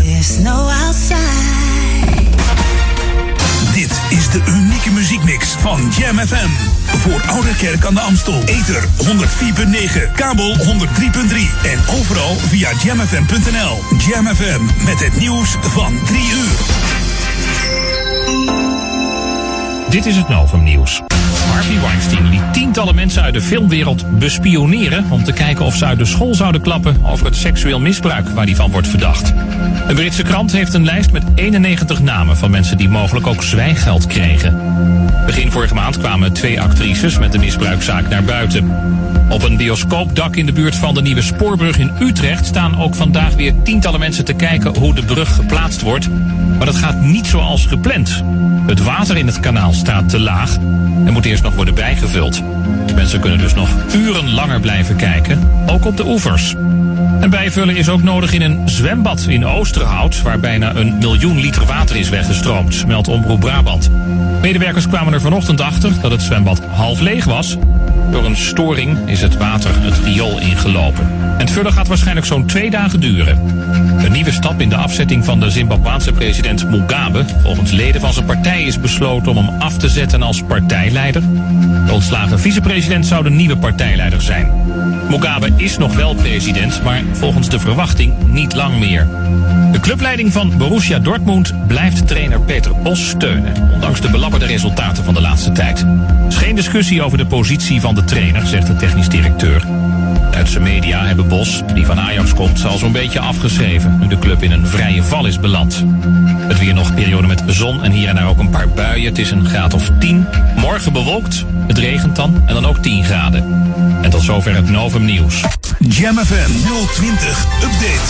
Dit is de unieke muziekmix van Jam FM. Voor Oude Kerk aan de Amstel. Ether 104.9, kabel 103.3 en overal via jamfm.nl. Jam FM met het nieuws van 3 uur. Dit is het Novum Nieuws. Harvey Weinstein liet tientallen mensen uit de filmwereld bespioneren om te kijken of ze uit de school zouden klappen over het seksueel misbruik waar hij van wordt verdacht. Een Britse krant heeft een lijst met 91 namen van mensen die mogelijk ook zwijggeld kregen. Begin vorige maand kwamen 2 actrices met de misbruikzaak naar buiten. Op een bioscoopdak in de buurt van de Nieuwe Spoorbrug in Utrecht staan ook vandaag weer tientallen mensen te kijken hoe de brug geplaatst wordt. Maar dat gaat niet zoals gepland. Het water in het kanaal staat te laag en moet eerst nog worden bijgevuld. Mensen kunnen dus nog uren langer blijven kijken, ook op de oevers. En bijvullen is ook nodig in een zwembad in Oosterhout, waar bijna 1 miljoen liter water is weggestroomd, meldt Omroep Brabant. Medewerkers kwamen er vanochtend achter dat het zwembad half leeg was. Door een storing is het water het riool ingelopen. En het vullen gaat waarschijnlijk zo'n 2 dagen duren. Een nieuwe stap in de afzetting van de Zimbabwaanse president Mugabe. Volgens leden van zijn partij is besloten om hem af te zetten als partijleider. De ontslagen vicepresident zou de nieuwe partijleider zijn. Mugabe is nog wel president, maar volgens de verwachting niet lang meer. De clubleiding van Borussia Dortmund blijft trainer Peter Bos steunen, ondanks de belabberde resultaten van de laatste tijd. Er is geen discussie over de positie van de trainer, zegt de technisch directeur. Duitse media hebben Bos, die van Ajax komt, al zo'n beetje afgeschreven, nu de club in een vrije val is beland. Het weer nog periode met zon en hier en daar ook een paar buien. Het is een graad of 10. Morgen bewolkt, het regent dan en dan ook 10 graden. En tot zover het Novum Nieuws. Jam FM 020 Update.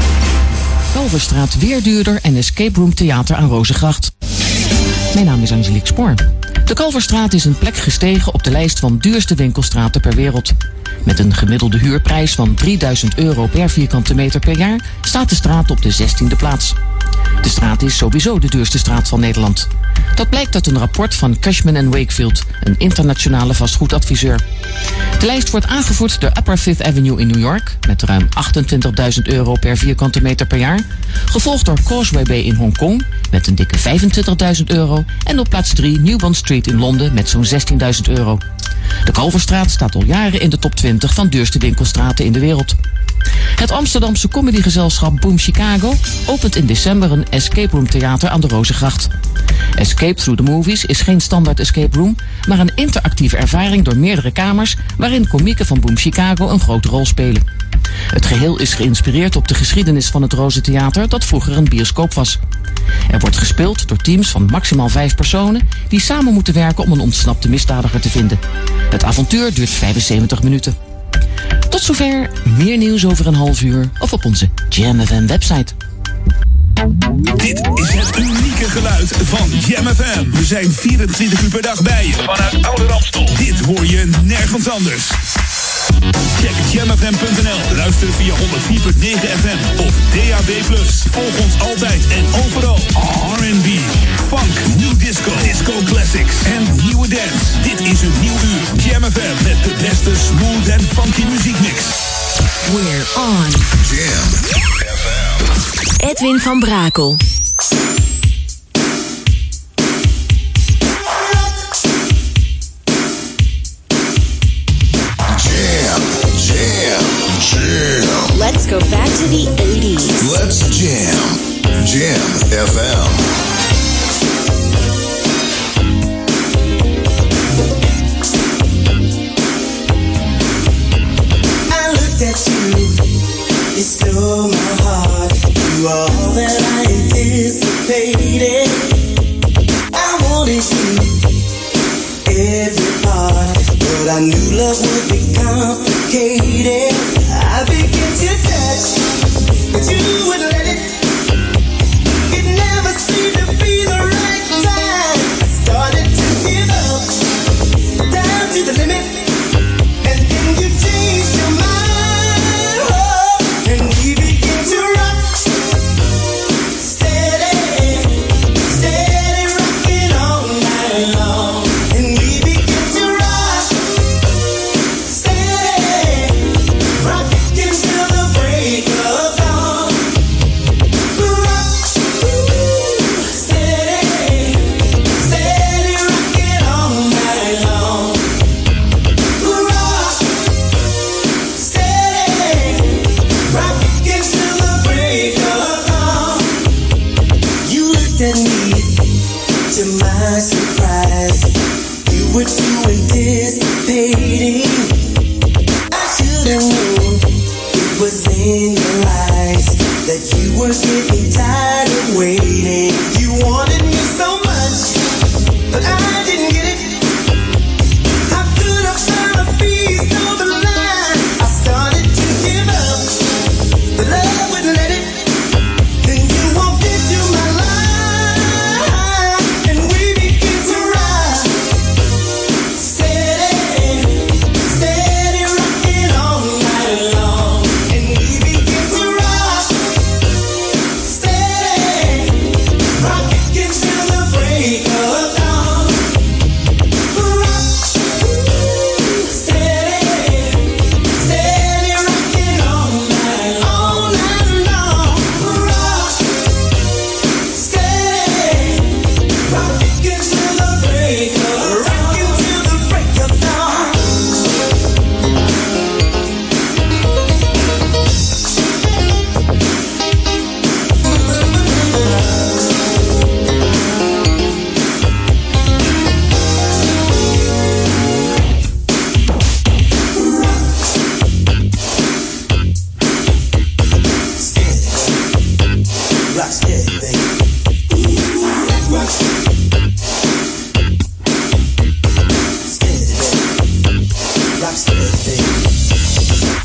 Kalverstraat weer duurder en escape room theater aan Rozengracht. Mijn naam is Angelique Spoor. De Kalverstraat is een plek gestegen op de lijst van duurste winkelstraten per wereld. Met een gemiddelde huurprijs van €3000 per vierkante meter per jaar staat de straat op de 16e plaats. De straat is sowieso de duurste straat van Nederland. Dat blijkt uit een rapport van Cushman & Wakefield, een internationale vastgoedadviseur. De lijst wordt aangevoerd door Upper Fifth Avenue in New York met ruim €28.000 per vierkante meter per jaar. Gevolgd door Causeway Bay in Hongkong met een dikke €25.000 en op plaats 3 New Bond Street in Londen met zo'n €16.000. De Kalverstraat staat al jaren in de top 20 van duurste winkelstraten in de wereld. Het Amsterdamse comedygezelschap Boom Chicago opent in december een escape room theater aan de Rozengracht. Escape Through the Movies is geen standaard escape room, maar een interactieve ervaring door meerdere kamers waarin komieken van Boom Chicago een grote rol spelen. Het geheel is geïnspireerd op de geschiedenis van het Rozentheater dat vroeger een bioscoop was. Er wordt gespeeld door teams van maximaal 5 personen die samen moeten werken om een ontsnapte misdadiger te vinden. Het avontuur duurt 75 minuten. Tot zover, meer nieuws over een half uur of op onze Jam FM website. Dit is het unieke geluid van Jam FM. We zijn 24 uur per dag bij je vanuit Oude Ramstel. Dit hoor je nergens anders. Check jamfm.nl. Luister via 104.9 FM of DAB+. Volg ons altijd en overal. R&B, funk, new disco, disco classics en nieuwe dance. Dit is een nieuw uur. Jam FM met de beste smooth en funky muziekmix. We're on. Jam FM. Edwin van Brakel. Let's go back to the 80s. Let's jam. Jam FM. I looked at you, you stole my heart. You are all that I anticipated. I wanted you, every part, but I knew love would be complicated. I began to touch, but you wouldn't let it. It never seemed to be the right time. I started to give up, down to the limit, and then you changed your mind. Oh, and we began to rock, steady, steady rocking all night long. And we began to rock, steady, rocking till the break of dawn. Rock, steady, steady rocking all night long. Rock, steady, rocking till the break of dawn. You looked at me, to my surprise, you were too anticipating. I should have known it was in your eyes that you were getting tired of waiting. You wanted me so much, but I didn't get it. How could I find a piece of the line? I started to give up, but love wouldn't let it. Then you walked into my life, and we began to ride, steady, steady rocking all night long. And we began to rock, steady, rocking till the break of dawn. Rock, steady, steady rocking all night long. Rock, steady, rocking till the break of dawn. Rock steady, baby. Rock steady, baby. Rock steady, baby.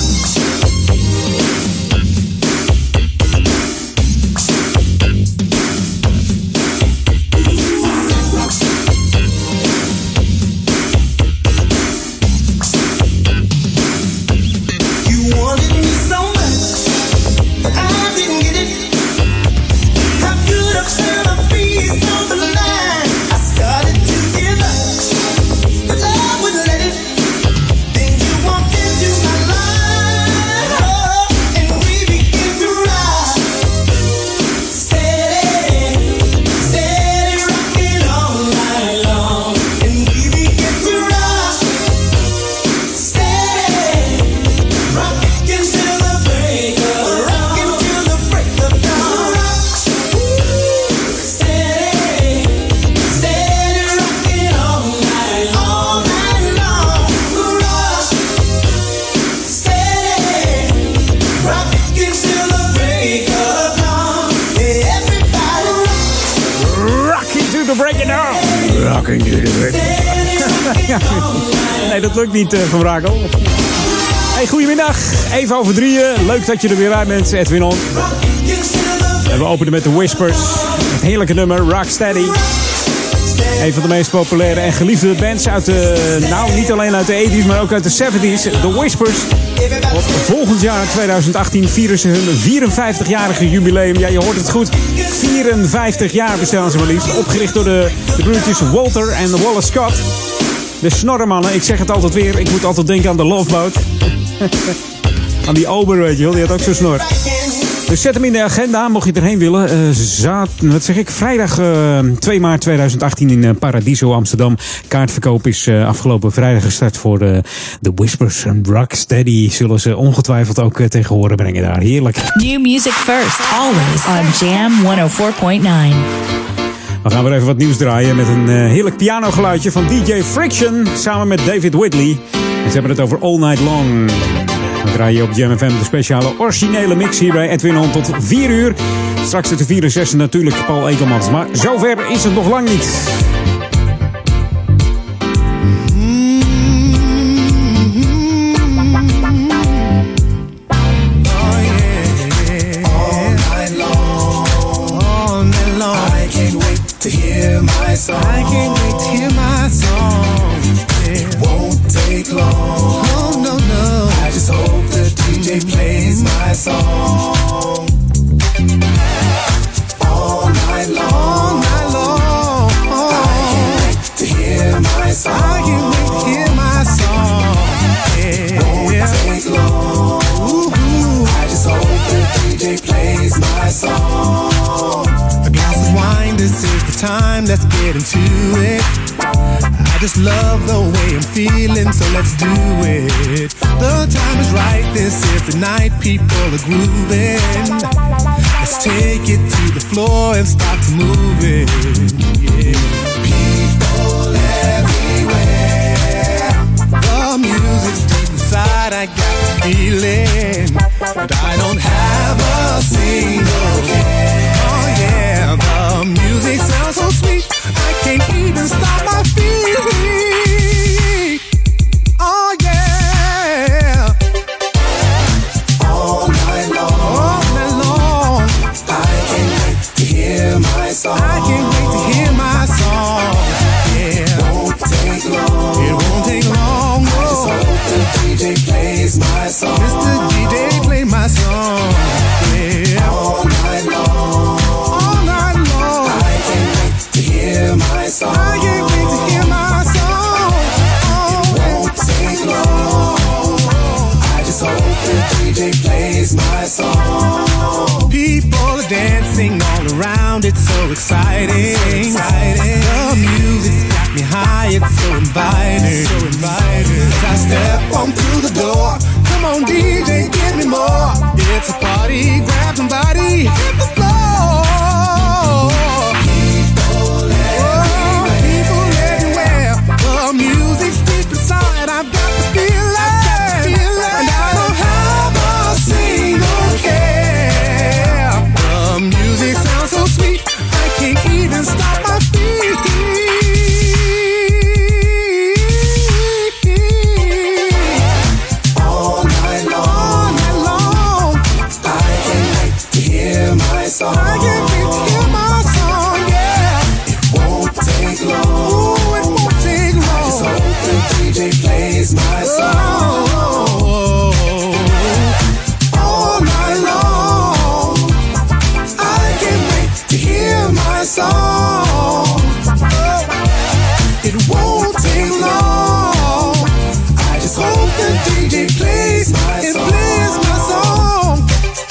You wanted me so much, but I didn't get it. How could I find a piece of the line? I started to give up, but love wouldn't let it. Then you walked into my life, oh, and we began to ride, steady, steady rocking all night long. And we began to rock, steady, rocking till the break of dawn. Steady, steady rocking all night long. Rock, steady, rocking till the break of dawn. Everybody Rocking to the break of dawn. Rocking to the break. Nee, dat lukt niet, Van Brakel. Hey, goedemiddag. Even over 3:00. Leuk dat je er weer bij bent, Edwin On. En we openen met de Whispers. Het heerlijke nummer, Rocksteady. Een van de meest populaire en geliefde bands uit de... Nou, niet alleen uit de 80s, maar ook uit de 70s. The Whispers. Volgend jaar, 2018, vieren ze hun 54-jarige jubileum. Ja, je hoort het goed. 54 jaar bestaan ze maar liefst. Opgericht door de broertjes Walter en Wallace Scott. De snorremannen, ik zeg het altijd weer. Ik moet altijd denken aan de Love Boat. Aan die ober, weet je wel. Die had ook zo'n snor. Dus zet hem in de agenda, mocht je erheen willen. Vrijdag 2 maart 2018 in Paradiso Amsterdam. Kaartverkoop is afgelopen vrijdag gestart voor The Whispers. En Rocksteady zullen ze ongetwijfeld ook tegen horen brengen daar. Heerlijk. New music first, always on Jam 104.9. We gaan weer even wat nieuws draaien met een heerlijk pianogeluidje van DJ Friction samen met David Whitley. En ze hebben het over All Night Long. We draaien op Jam FM de speciale originele mix hier bij Edwin On tot 4 uur. Straks de 64 natuurlijk Paul Ekelmans. Maar zover is het nog lang niet. To hear my song. I can't wait to hear my song. It won't take long. No, no, no. I just hope the DJ plays my song. All night long. All night long. I can't wait to hear my song. I can't wait to hear my song. It won't take long. Ooh. I just hope the DJ plays my song. A glass of wine, this is the time, let's get into it. I just love the way I'm feeling, so let's do it. The time is right, this is the night, people are grooving. Let's take it to the floor and start to move it. Yeah. People everywhere. The music's deep inside, I got the feeling. But I don't have a single care. Oh yeah, the music sounds so sweet, I can't even stop my feet. Oh yeah. All night long. All night long. I can't wait to hear my song. I can't wait to hear my song. Yeah. It won't take long. It won't take long. No. I just hope the DJ plays my song. Mr. DJ, play my song. Yeah. All night long. All night long. I can't wait to hear my song. I can't wait to hear my song. Oh, it won't take long. I just hope the DJ plays my song. People are dancing all around, it's so exciting. The music's got me high, it's so inviting. As I step on through the door, come on DJ, give me more. It's a party, grab somebody, hit the floor. People everywhere. The music's deep inside, I've got the feeling. And I don't have a single care. The music sounds so sweet, I can't even stop my feet. All night long, I can't wait to hear my song. I can't wait to hear my song, yeah. It won't take long. Ooh, it won't take long. I just hope the DJ plays my song. All night long, I can't wait to hear my song. It won't take long. I just hope the DJ plays my song. It plays my song.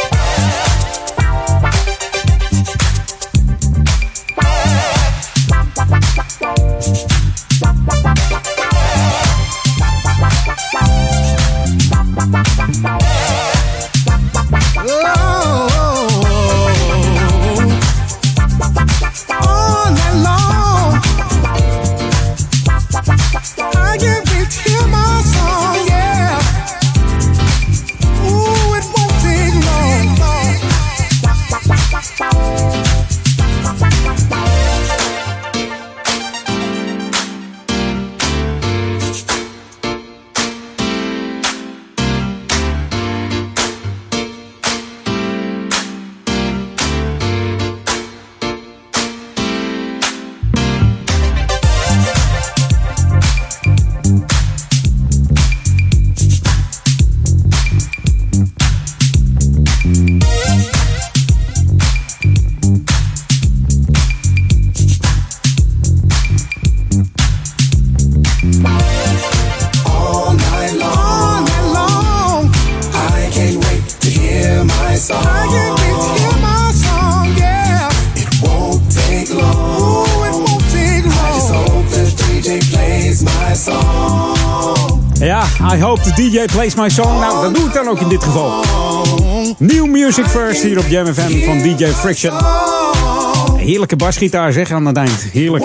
All night long, I can't wait to hear my song, yeah. Ooh, it won't I hope the DJ plays my song. Nou, dat doe ik dan ook in dit geval. New Music First hier op Jam FM van DJ Friction. Heerlijke basgitaar zeg aan het eind. Heerlijk.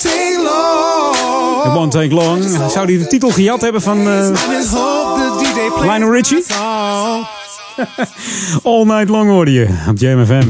It won't take long. Zou die de titel gejat hebben van Lionel Richie? All Night Long hoorde je op Jam FM.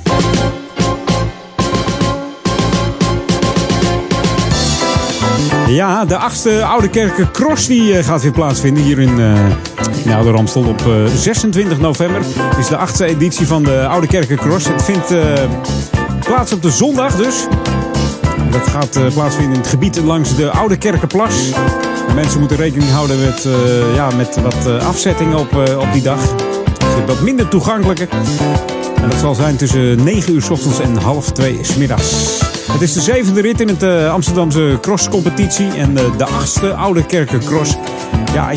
Ja, de 8e Oude Kerken Cross die gaat weer plaatsvinden hier in Oude Ramstel op 26 november. Is de 8e editie van de Oude Kerken Cross. Het vindt plaats op de zondag dus. Dat gaat plaatsvinden in het gebied langs de Oude Kerkenplas. De mensen moeten rekening houden met wat afzettingen op die dag. Het is wat minder toegankelijker. En dat zal zijn tussen 9 uur 's ochtends en 1:30 's middags. Het is de 7e rit in het Amsterdamse crosscompetitie en de 8e Oude Kerken Cross. Ja,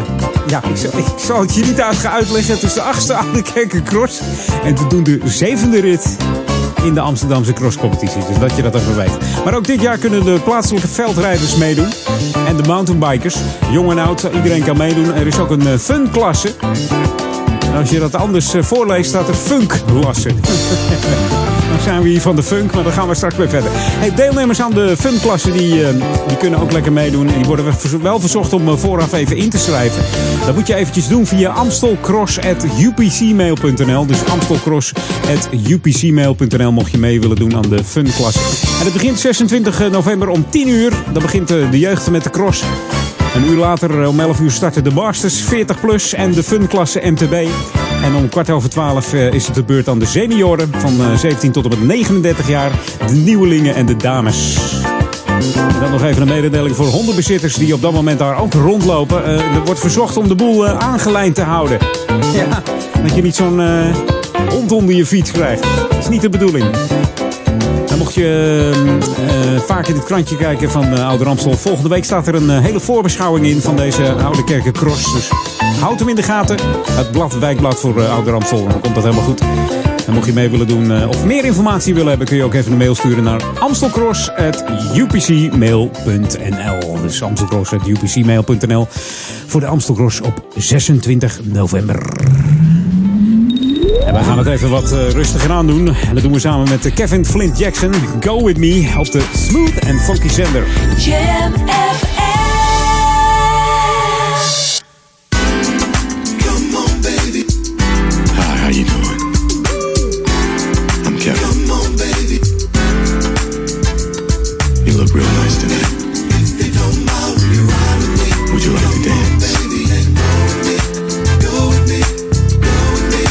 ik zal het je niet uit gaan uitleggen. Het is de 8e Oude Kerken Cross en we doen de 7e rit in de Amsterdamse crosscompetitie. Dus dat je dat even weet. Maar ook dit jaar kunnen de plaatselijke veldrijders meedoen. En de mountainbikers. Jong en oud, iedereen kan meedoen. Er is ook een fun-klasse. En als je dat anders voorleest, staat er funk-klasse. Dan zijn we hier van de funk, maar dan gaan we straks weer verder. Hey, deelnemers aan de fun-klasse die kunnen ook lekker meedoen. Die worden wel verzocht om vooraf even in te schrijven. Dat moet je eventjes doen via amstelcross@upcmail.nl. Dus amstelcross@upcmail.nl mocht je mee willen doen aan de fun-klasse. En het begint 26 november om 10 uur. Dan begint de jeugd met de cross. Een uur later om 11 uur starten de Masters 40+ en de fun-klasse MTB. En om 11:15 is het de beurt aan de senioren van 17 tot en met 39 jaar. De nieuwelingen en de dames. En dan nog even een mededeling voor hondenbezitters die op dat moment daar ook rondlopen. Er wordt verzocht om de boel aangelijnd te houden. Ja, dat je niet zo'n hond onder je fiets krijgt. Dat is niet de bedoeling. Dan mocht je vaak in het krantje kijken van Oude Ramstel. Volgende week staat er een hele voorbeschouwing in van deze Oude Kerken Cross. Dus houd hem in de gaten. Het wijkblad voor Oude Ramstel. Dan komt dat helemaal goed. En mocht je mee willen doen of meer informatie willen hebben, kun je ook even een mail sturen naar amstelcross@upcmail.nl. Dus amstelcross@upcmail.nl voor de Amstelcross op 26 november. En we gaan het even wat rustiger aan doen. En dat doen we samen met Kevin Flint Jackson. Go With Me op de Smooth and Funky zender. Jam FM. Come on, baby. Hi, how you doing? I'm Kevin. Come on, baby. You look real nice tonight. If you don't mind, you ride with me. Would you like to dance? Baby, and go with me. Go with me.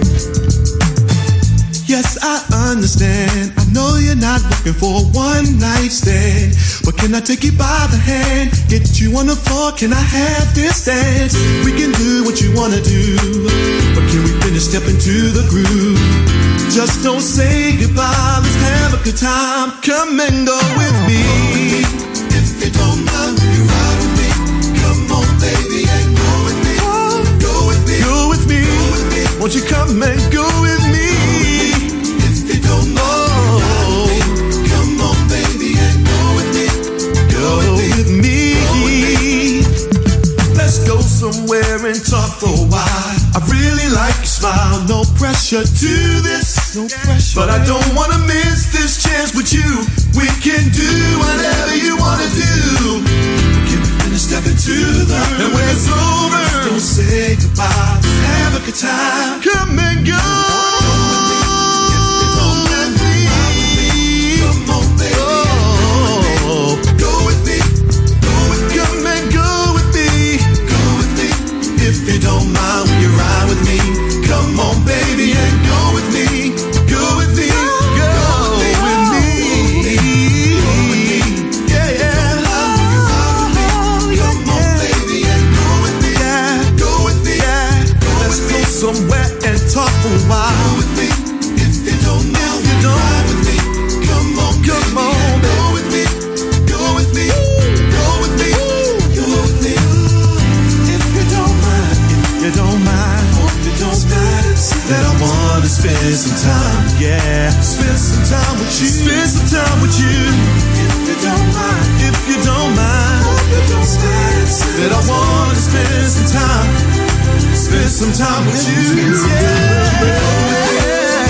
Yes, I understand. I know you're not looking for a one-night stand. But can I take you by the hand? Get you on the floor, can I have this dance? We can do what you wanna do. But can we finish step into the groove? Just don't say goodbye, let's have a good time. Come and go with me. If you don't mind, you ride with me. Come on, baby, and go with me. Go with me. Go with me. Go with me. Won't you come and go with me? If you don't mind, come on, baby, and go with me. Go with me. Let's go somewhere and talk for a while. I really like your smile, no pressure to this. No pressure. But I don't wanna miss this chance with you. We can do whatever you wanna do. Can we finish step into the room? And when it's over, don't say goodbye. Have a good time. Come and go. If you don't mind, will you ride with me? Come on, baby, and go with me. Go with me. Go with me. Yeah, yeah. Come on, baby, and go with me. Go with me. Let's go somewhere and talk for a while. Go with me. If you don't mind, will you ride with me? Come on, come on, go with me. Go with me. Go with me. Go with me. You don't mind, then I wanna spend some time, yeah. Spend some time with you. Spend some time with you. If you don't mind. If you don't mind. That I wanna spend some time. Spend some time with you. Yeah.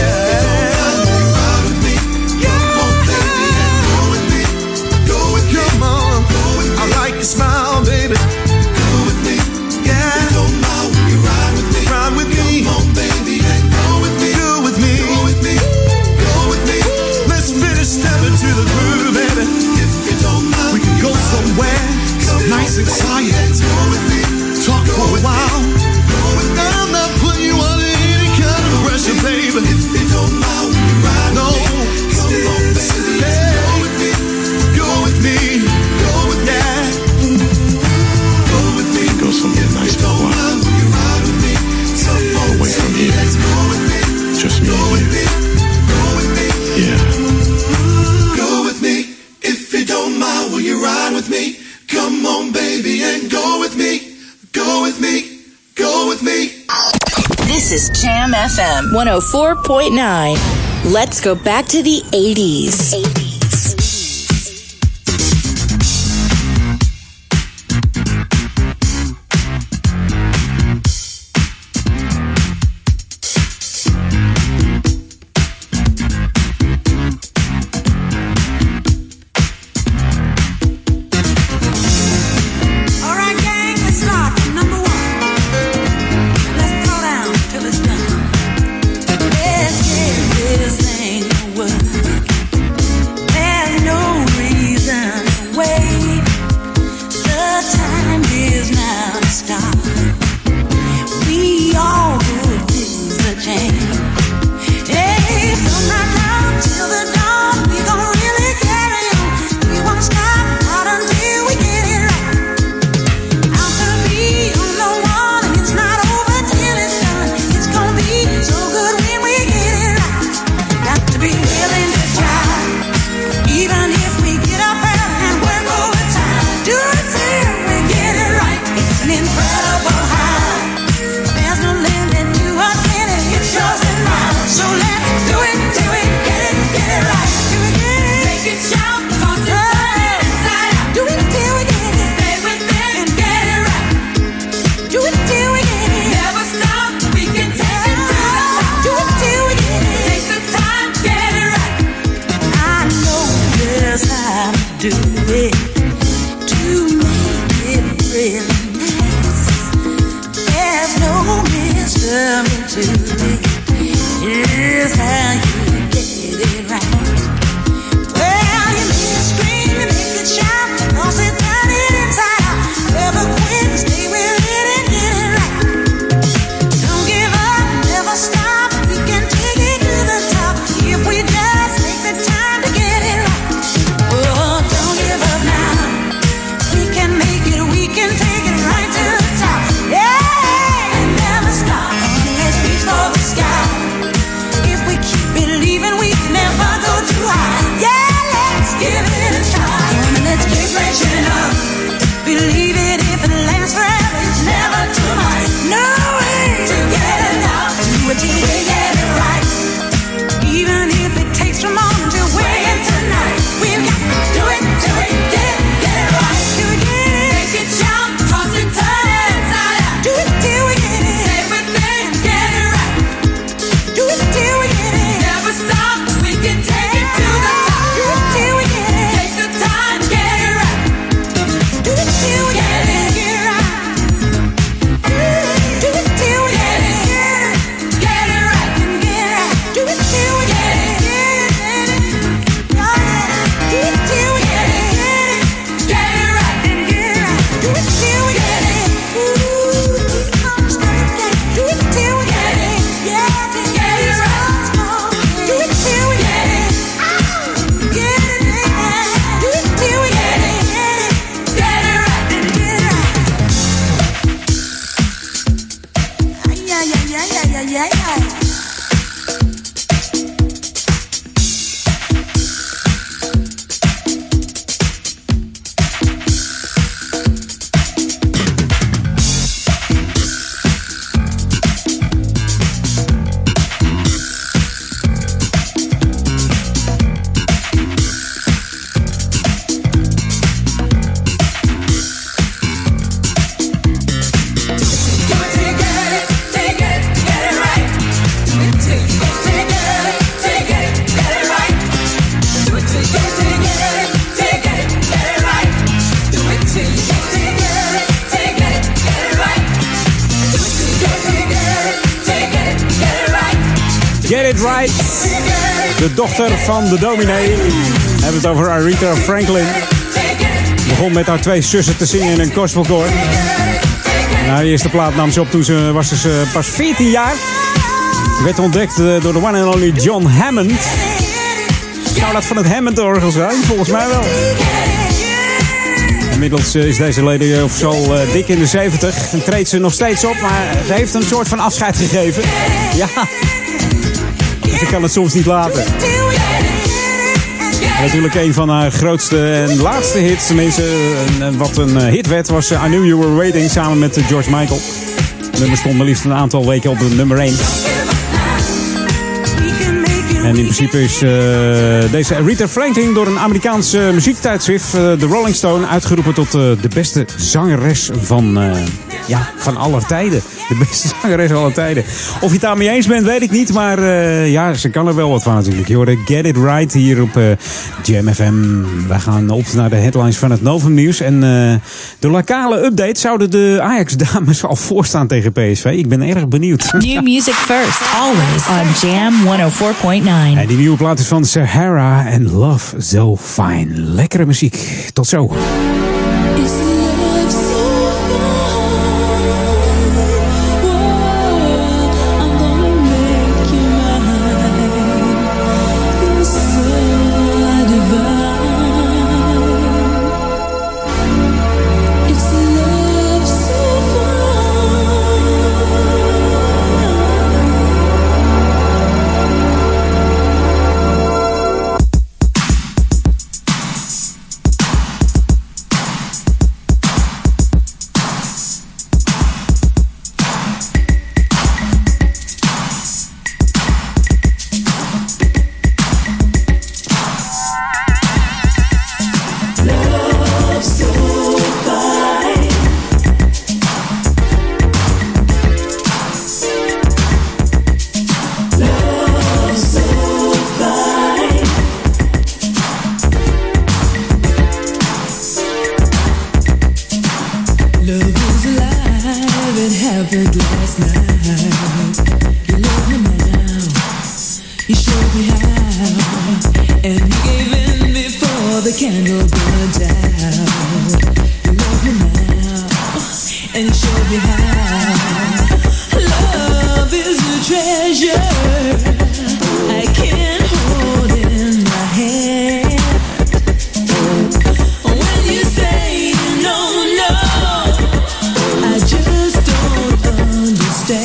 Smile, baby. Go with me. Yeah. If you don't mind, will you ride with me? Ride with me. Come on, baby, and go with me. Go with me. Go with me. Go with me. Let's finish stepping to the groove, baby. If you don't mind, we can go somewhere nice and quiet. Go with me. Talk for a while. I'm not putting you under any kind of pressure, baby. If you don't mind, will you ride with me? Come on, baby, go with me. Go with me. Go with me. Yeah. Go somewhere nice for a while. Away from here. Just me and you. Yeah. Go with me. If you don't mind, will you ride with me? Come on, baby, and go with me. Go with me. Go with me. This is Jam FM 104.9. Let's go back to the 80s. Get It Right. De dochter van de dominee. We hebben het over Aretha Franklin. Begon met haar 2 zussen te zingen in een gospelkoor. Nou, de eerste plaat nam ze op toen ze was pas 14 jaar. Werd ontdekt door de one and only John Hammond. Zou dat van het Hammond-orgel zijn? Volgens mij wel. Inmiddels is deze lady al dik in de 70. En treedt ze nog steeds op, maar ze heeft een soort van afscheid gegeven. Ja, ik kan het soms niet laten. En natuurlijk een van haar grootste en laatste hits, tenminste wat een hit werd, was I Knew You Were Waiting samen met George Michael. Het nummer stond maar liefst een aantal weken op de nummer 1. En in principe is deze Aretha Franklin door een Amerikaans muziektijdschrift, The Rolling Stone, uitgeroepen tot de beste zangeres van aller tijden. De beste zangeres van aller tijden. Of je het daarmee eens bent, weet ik niet. Maar ja, ze kan er wel wat van natuurlijk. Je hoorde Get It Right hier op Jam FM. Wij gaan op naar de headlines van het Novum Nieuws. En de lokale update zouden de Ajax-dames al voorstaan tegen PSV. Ik ben erg benieuwd. New music first, always on Jam 104.9. En die nieuwe plaat is van Sahara en Love So Fine. Lekkere muziek. Tot zo. Understand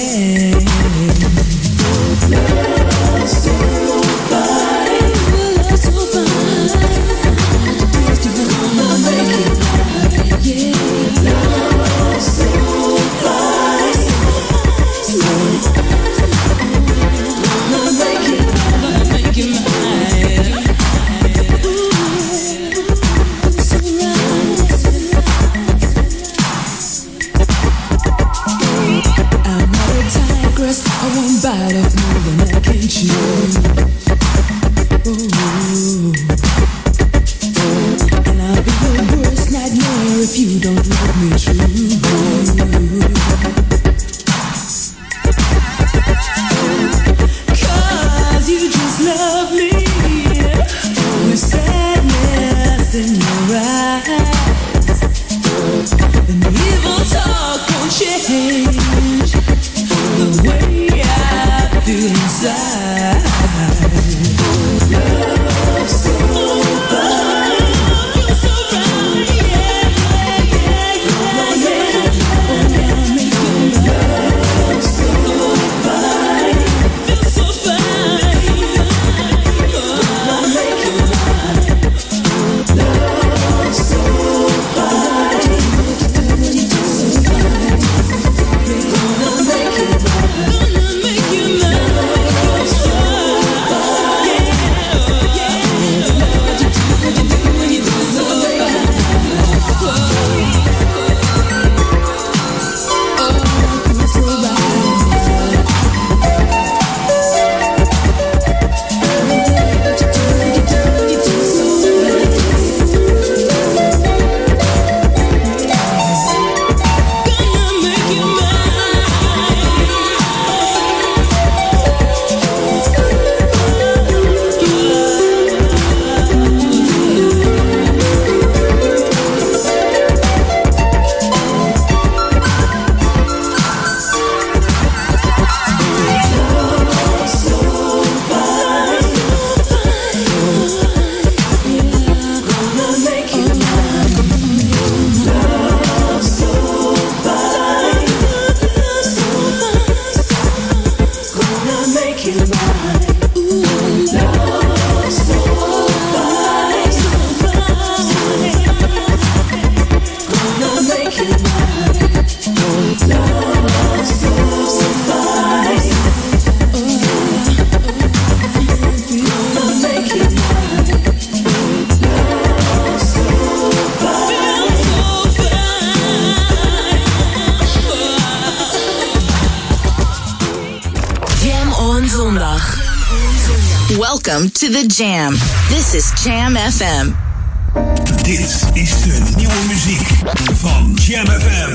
zondag. Welcome to the Jam. This is Jam FM. Dit is de nieuwe muziek van Jam FM.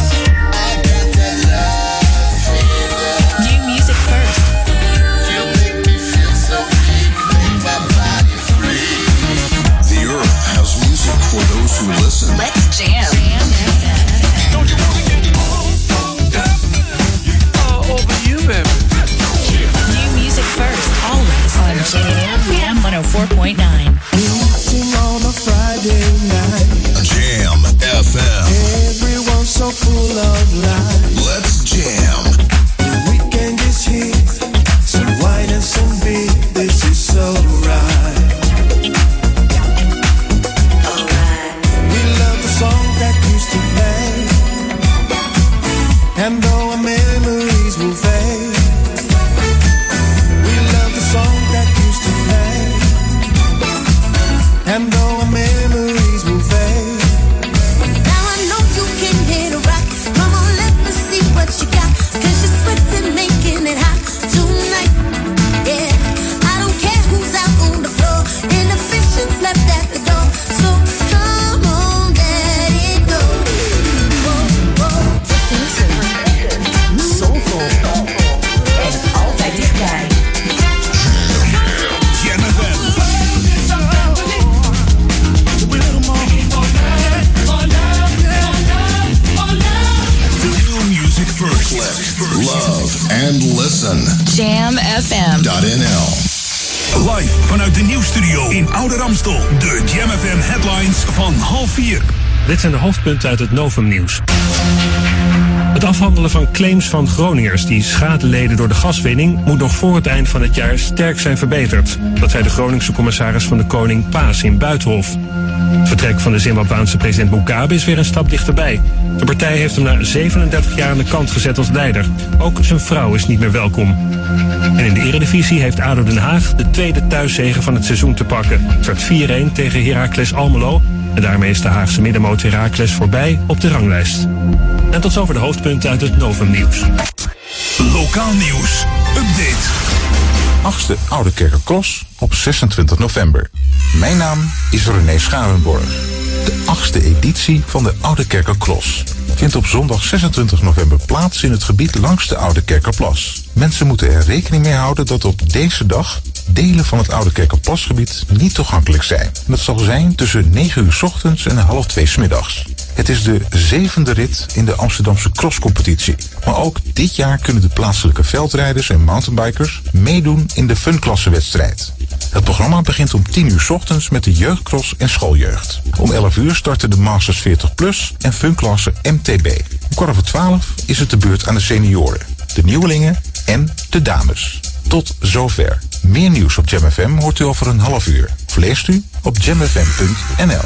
New music first. The earth has music for those who listen. Let's jam. Don't you want to get all over you, baby? New music first, always on Jam 104.9. Meeting on a Friday night. Jam FM. Everyone's so full of life. Let's jam. The weekend is here. Some wine and some beer. This is so right. We love the song that used to play. And though our memories will fade, we love the song that used to play. And though our memories will fade. Now I know you can hit a rock. Come on, let me see what you got. 'Cause you're sweating, making it hot tonight. Yeah, I don't care who's out on the floor. Inhibitions left at the door. So come on, let it go. Soulful. En altijd dichtbij. Jam FM. New music first. Love and listen. Jam FM. .nl. Live vanuit de nieuwsstudio in Oude Ramstel. De Jam FM headlines van 3:30. Dit zijn de hoofdpunten uit het Novum-nieuws. Het afhandelen van claims van Groningers die schade leden door de gaswinning moet nog voor het eind van het jaar sterk zijn verbeterd. Dat zei de Groningse commissaris van de Koning Paas in Buitenhof. Het vertrek van de Zimbabwaanse president Mugabe is weer een stap dichterbij. De partij heeft hem na 37 jaar aan de kant gezet als leider. Ook zijn vrouw is niet meer welkom. En in de Eredivisie heeft ADO Den Haag de tweede thuiszege van het seizoen te pakken. Het werd 4-1 tegen Heracles Almelo. En daarmee is de Haagse middenmoot Heracles voorbij op de ranglijst. En tot zover de hoofdpunten uit het Novum-nieuws. Lokaal nieuws. Update. 8e Oude Kerker Cross op 26 november. Mijn naam is René Scharenborg. De 8e editie van de Oude Kerker Cross vindt op zondag 26 november plaats in het gebied langs de Oude Kerkerplas. Mensen moeten er rekening mee houden dat op deze dag delen van het Oude Kerkerplasgebied niet toegankelijk zijn. En dat zal zijn tussen 9 uur 's ochtends en 1:30 's middags. Het is de 7e rit in de Amsterdamse crosscompetitie. Maar ook dit jaar kunnen de plaatselijke veldrijders en mountainbikers meedoen in de funklassewedstrijd. Het programma begint om 10 uur 's ochtends met de jeugdcross en schooljeugd. Om 11 uur starten de Masters 40+ en funklasse MTB. Om 11:15 is het de beurt aan de senioren, de nieuwelingen en de dames. Tot zover. Meer nieuws op Jam FM hoort u over een half uur. Of leest u op jamfm.nl.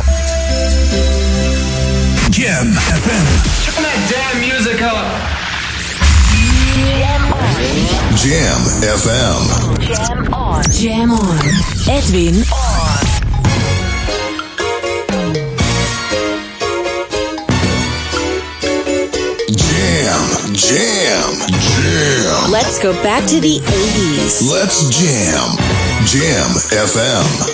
Jam FM. Turn that damn music up. Jam FM. Jam on. Jam on. Edwin on. Jam. Let's go back to the 80s. Let's jam. Jam FM.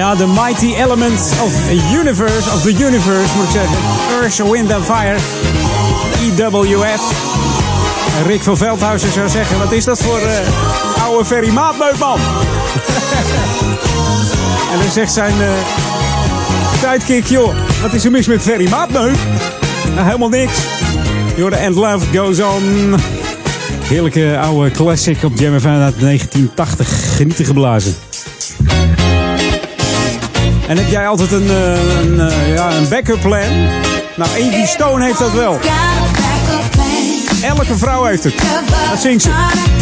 Ja, The Mighty Elements of the Universe, moet ik zeggen. Earth, Wind and Fire. EWF. Rick van Veldhuizen zou zeggen, wat is dat voor oude Ferry Maatmeut, man? En dan zegt zijn sidekick, joh, wat is er mis met Ferry Maatmeut? Nou, helemaal niks. Jordan and Love Goes On. Heerlijke oude classic op Jam FM uit 1980. Genieten geblazen. En heb jij altijd een backup plan? Nou, Angie Stone heeft dat wel. Elke vrouw heeft het. Dat zingt ze.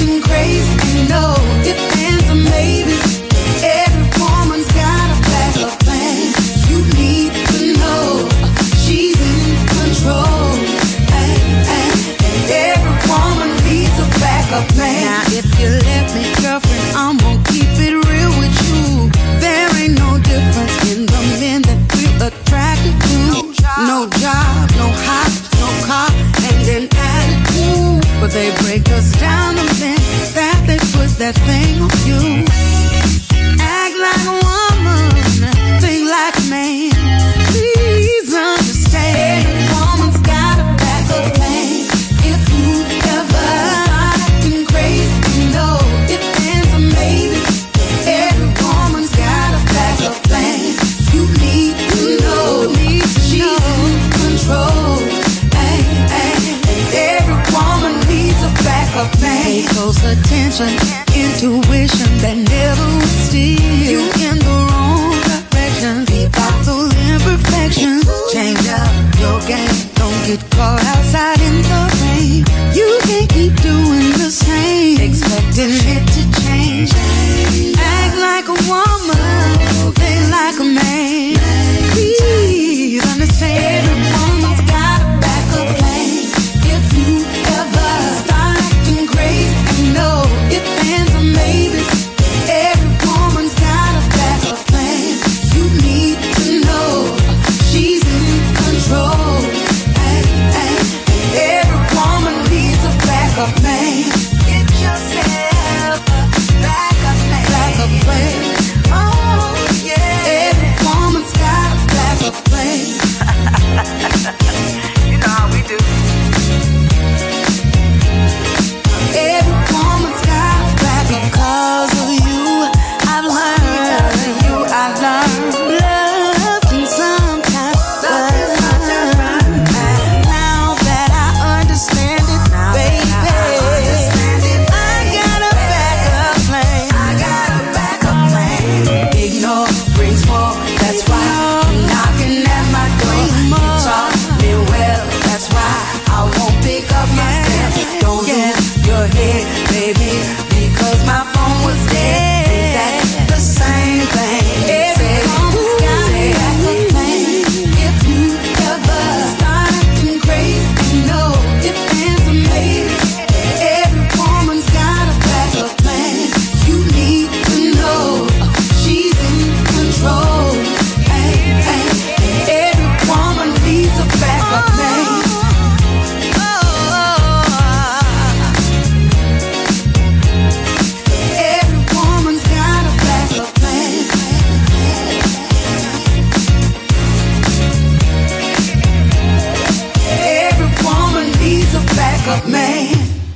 Now if you let me, girlfriend, I'm gonna keep it real with you. There ain't no difference in the men that we're attracted to. No job, no house, no car, and an attitude. But they break us down the minute that they put that thing on you. Act like a woman, think like a man. Please understand, every woman's got a backup plan. If you ever pay close attention, intuition that never would steer you in the wrong direction. Keep out those imperfections. Change up your game. Don't get caught outside in the rain. You can't keep doing the same, expecting it to change. Act like a woman, think like a man. Please understand, every woman's got a backup plan. If you ever start acting crazy, you know if fans are maybe. Every woman's got a backup plan. You need to know she's in control. Every woman needs a backup plan. Get yourself a backup plan. Backup plan. Oh yeah. Every woman's got a backup plan. You know how we do. Every woman's got a backup. Because of you, I've learned. Love can sometimes burn. Now that I understand it, baby, I got a backup plan. I got a backup plan. Ignore brings more. That's why you're knocking at my door. You taught me well. That's why I won't pick up myself. Don't lose your head, baby, because my phone was dead. Ain't that the same thing? Every woman's got a backup plan. If you ever start acting crazy, you know if fans are made. Every woman's got a backup plan. You need to know she's in control. Every woman needs a backup plan. Every woman's got a backup plan. Every woman needs a backup man.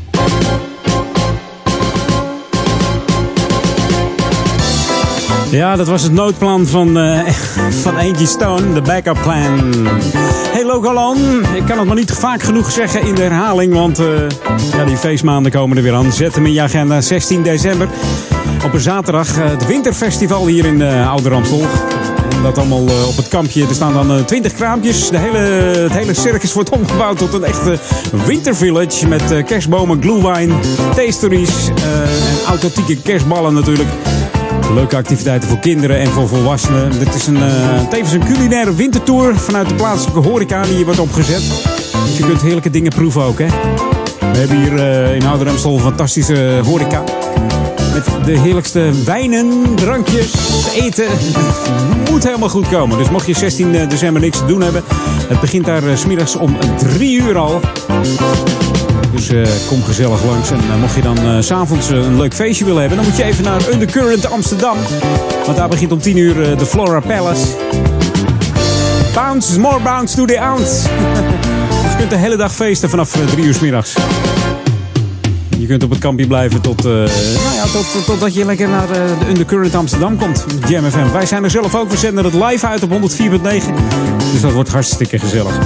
Ja, dat was het noodplan van Angie Stone, de backup plan. Hey Logalan, ik kan het maar niet vaak genoeg zeggen in de herhaling, want die feestmaanden komen er weer aan. Zet hem in je agenda, 16 december. Op een zaterdag het winterfestival hier in Oude Ramstel. En dat allemaal op het kampje. Er staan dan 20 kraampjes. Het hele circus wordt omgebouwd tot een echte wintervillage. Met kerstbomen, glühwein, tasteries en authentieke kerstballen natuurlijk. Leuke activiteiten voor kinderen en voor volwassenen. Dit is tevens een culinaire wintertour vanuit de plaatselijke horeca die hier wordt opgezet. Dus je kunt heerlijke dingen proeven ook, hè. We hebben hier in Oude Ramstel een fantastische horeca. Met de heerlijkste wijnen, drankjes, eten. Het moet helemaal goed komen. Dus mocht je 16 december niks te doen hebben. Het begint daar 's middags om 3 uur al. Dus kom gezellig langs. En mocht je dan 's avonds een leuk feestje willen hebben, dan moet je even naar Undercurrent Amsterdam. Want daar begint om 10 uur de Flora Palace. Bounce, more bounce to the ounce. Dus je kunt de hele dag feesten vanaf 3 uur 's middags. Je kunt op het kampje blijven totdat je lekker naar de Undercurrent Amsterdam komt. Jam FM. Wij zijn er zelf ook. We zenden het live uit op 104.9. Dus dat wordt hartstikke gezellig.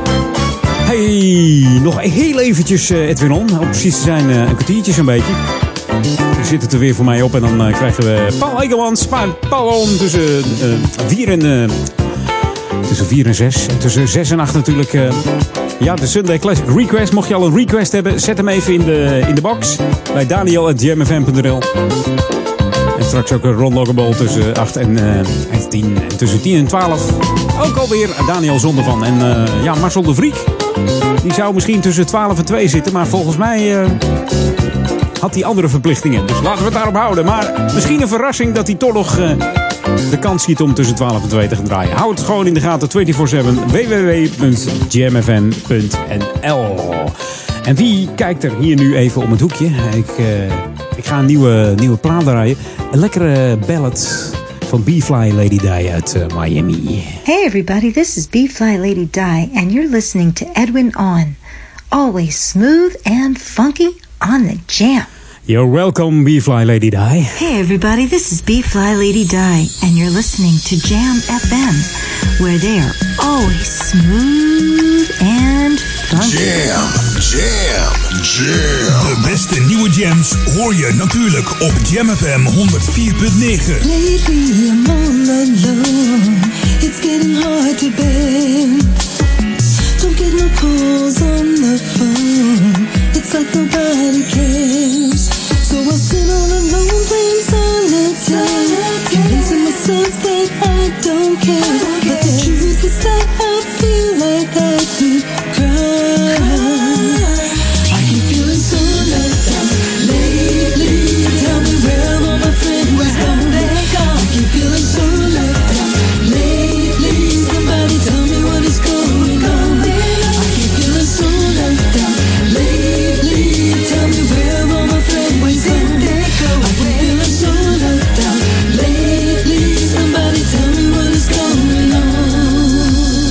Hey, nog heel eventjes Edwin On. Om precies te zijn een kwartiertje zo'n beetje. Dan zit het er weer voor mij op en dan krijgen we Paul Egelmans, Paul On tussen 4 en 6. En tussen 6 en 8 natuurlijk... de Sunday Classic Request. Mocht je al een request hebben, zet hem even in de box. Bij Daniel@jamfm.nl. En straks ook een Ron Loggerball tussen 8 en 10. En tussen 10 en 12 ook alweer Daniel Zondervan. En Marcel de Vriek. Die zou misschien tussen 12 en 2 zitten. Maar volgens mij had hij andere verplichtingen. Dus laten we het daarop houden. Maar misschien een verrassing dat hij toch nog... de kans schiet om tussen 12 en 2 te gaan draaien. Houd het gewoon in de gaten 24/7 www.jamfm.nl. En wie kijkt er hier nu even om het hoekje? Ik ga een nieuwe plaat draaien. Een lekkere ballad van B-Fly Lady Di uit Miami. Hey everybody, this is B-Fly Lady Di and you're listening to Edwin On. Always smooth and funky on the jam. You're welcome, B-Fly Lady Di. Hey everybody, this is B-Fly Lady Di, and you're listening to Jam FM, where they are always smooth and funky. Jam. De beste nieuwe jams hoor je natuurlijk op Jam FM 104.9. Lately I'm all alone, it's getting hard to bear. Don't get no calls on the phone, it's like nobody cares. So I sit all alone playing solitaire, convincing myself that I don't care. But the truth is that I feel like I could cry. I keep feeling so left out lately. Tell me where all my friends gone. I keep feeling so left out lately. Somebody tell me what is going on. I keep feeling so left out lately. Tell me where all my friends gone. I keep feeling so left out lately. Somebody tell me what is going on.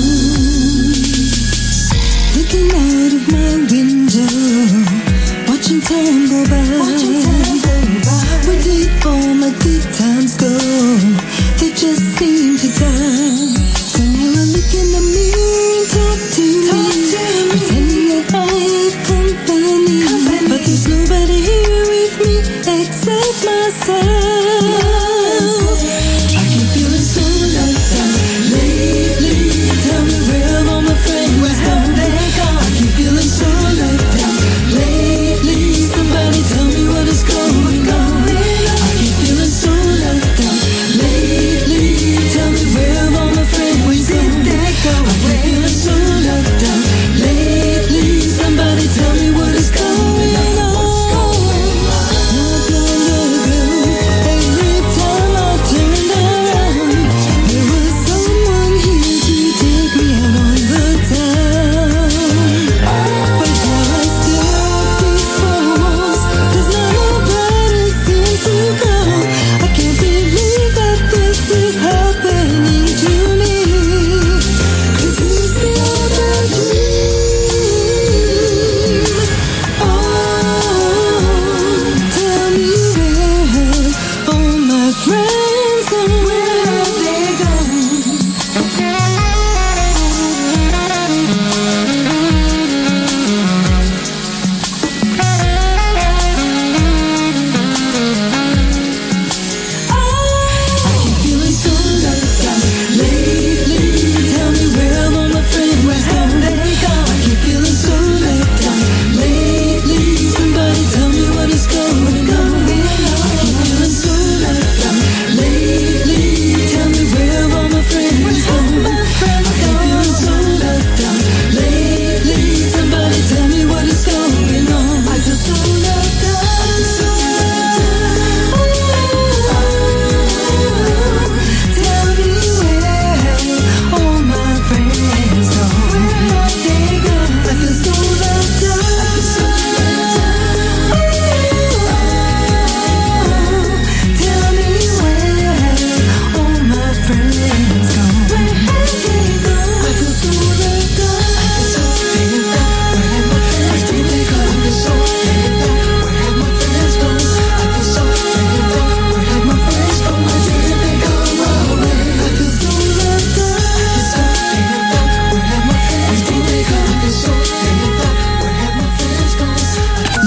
Looking out of my window, watching time go by. Where did all my good times go? They just seem to die. So now I look in the mirror and talk to me, pretending that I have company. But there's nobody here with me except myself. I keep feeling so left out lately. Tell me where all my friends gone. I keep feeling so left out lately. Somebody tell me what is going on. I keep feeling so left out lately.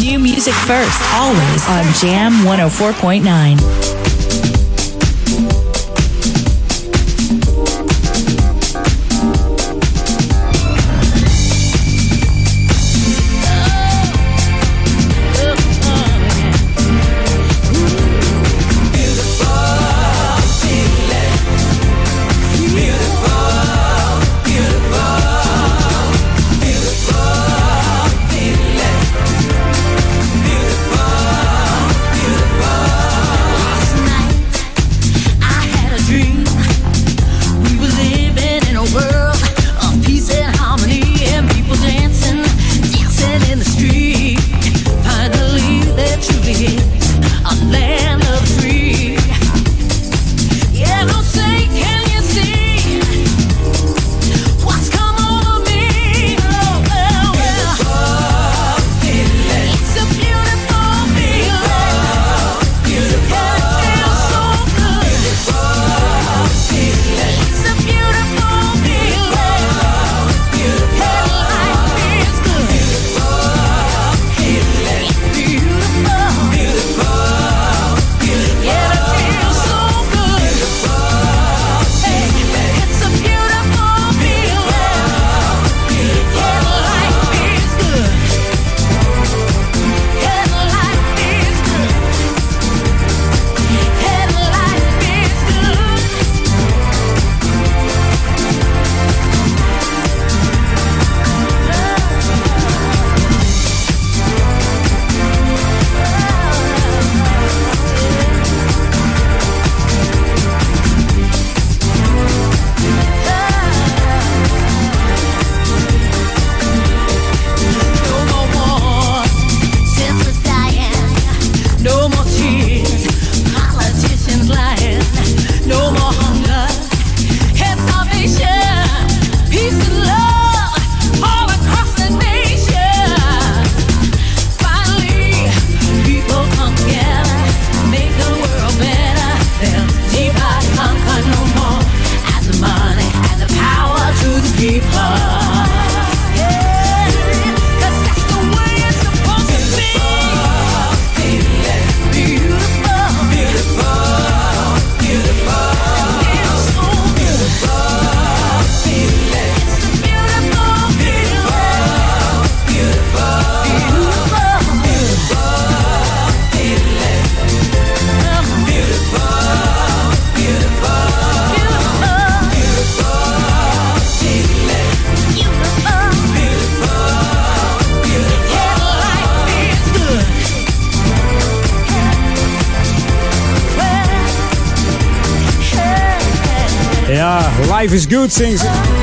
you music first, always on Jam 104.9. Life is Good zingt ze.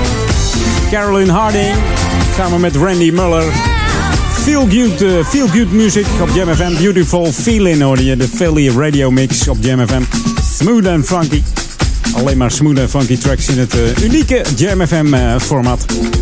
Carolyn Harding samen met Randy Muller. Feel good music op Jam FM. Beautiful Feeling hoorde je. De Philly Radio Mix op Jam FM. Smooth and funky. Alleen maar smooth and funky tracks in het unieke Jam FM format.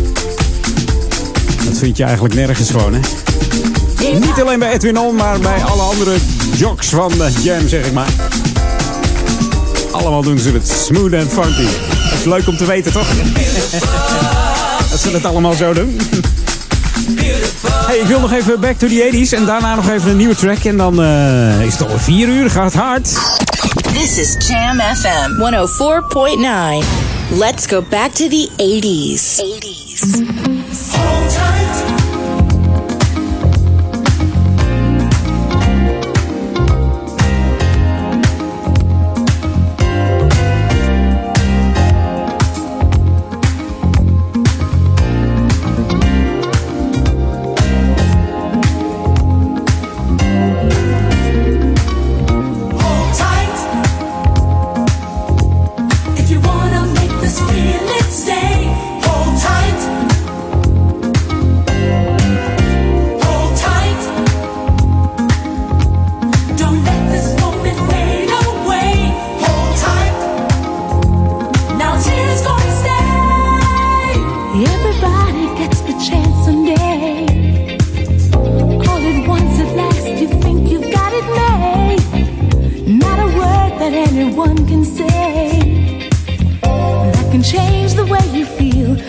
Dat vind je eigenlijk nergens gewoon, hè? Niet alleen bij Edwin On, maar bij alle andere jocks van Jam, zeg ik maar. Allemaal doen ze het smooth and funky. Dat is leuk om te weten, toch? Dat ze het allemaal zo doen. Hey, ik wil nog even back to the 80s en daarna nog even een nieuwe track. En dan is het al 4 uur, gaat het hard. This is Jam FM 104.9. Let's go back to the 80s. Hold tight.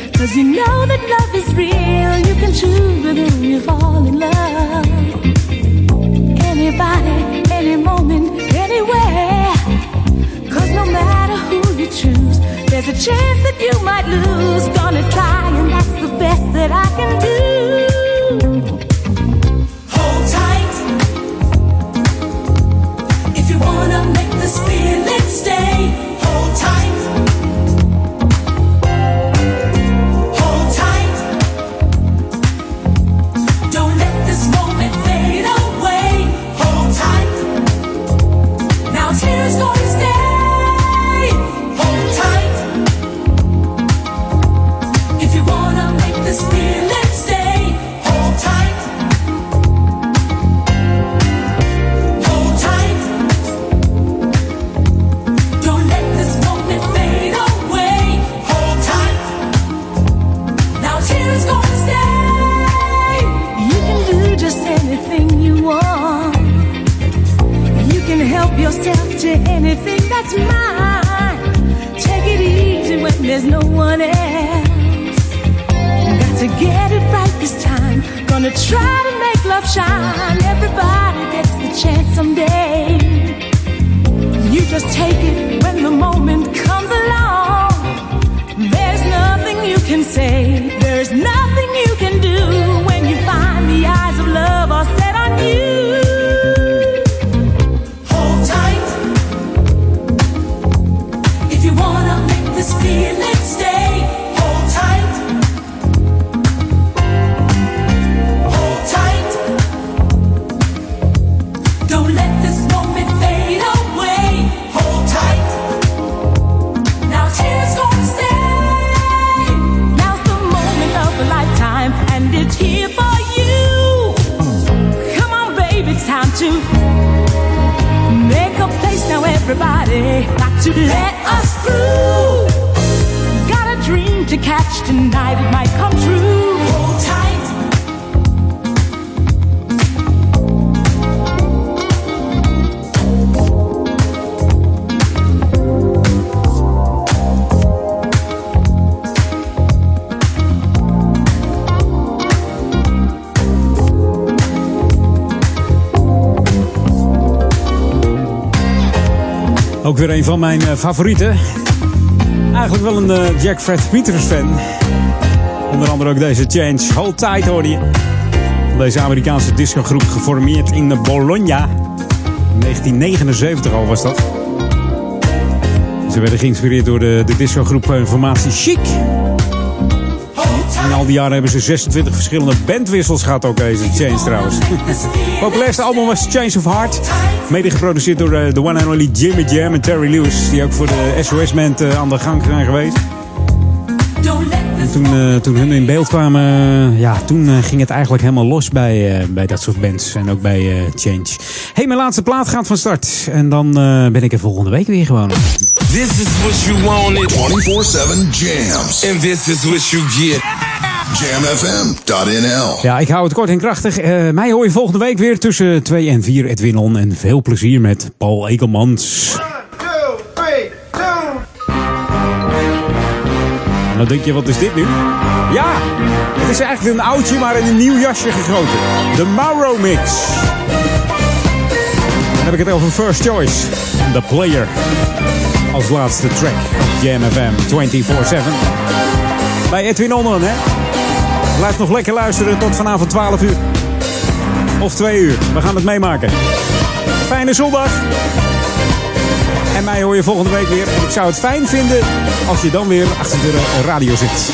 know that love is real. You can choose whether you fall in love. anything that's mine. Take it easy when there's no one else. Got to get it right this time. Gonna try to make love shine. Everybody gets the chance someday. You just take it when the moment comes along. There's nothing you can say. There's nothing you can do when you find the eyes of love are set on you. Hold tight. If you wanna make this feeling stay, hold tight. Hold tight. Don't let this moment fade away. Hold tight. Now tears gonna stay. Now's the moment of a lifetime, and it's here for you. Come on, baby, it's time to make a place now. Everybody got to let us through. Got a dream to catch tonight, it might come true. Hold tight. Ook weer een van mijn favorieten. Eigenlijk wel een Jack Fred Peters fan. Onder andere ook deze Change. Hold Tight hoorde je. Van deze Amerikaanse discogroep geformeerd in Bologna. In 1979 al was dat. Ze werden geïnspireerd door de discogroep formatie Chic. In al die jaren hebben ze 26 verschillende bandwissels gehad, ook deze Change trouwens. Het populairste album was Change of Heart. Mede geproduceerd door de one and only Jimmy Jam en Terry Lewis. Die ook voor de SOS-band aan de gang zijn geweest. En toen hun in beeld kwamen, toen ging het eigenlijk helemaal los bij dat soort bands. En ook bij Change. Hey, mijn laatste plaat gaat van start. En dan ben ik er volgende week weer gewoon. This is what you wanted. 24/7 jams. And this is what you get. JamFM.nl. Ja, ik hou het kort en krachtig. Mij hoor je volgende week weer tussen 2 en 4 Edwin On. En veel plezier met Paul Ekelmans. 1, 2, 3, 2. En dan denk je, wat is dit nu? Ja, het is eigenlijk een oudje, maar in een nieuw jasje gegoten. De Mauro Mix. Dan heb ik het over First Choice. The Player. Als laatste track. Jam FM 24/7. Bij Edwin On, hè? Blijf nog lekker luisteren tot vanavond 12 uur. Of 2 uur. We gaan het meemaken. Fijne zondag. En mij hoor je volgende week weer. En ik zou het fijn vinden als je dan weer achter de radio zit.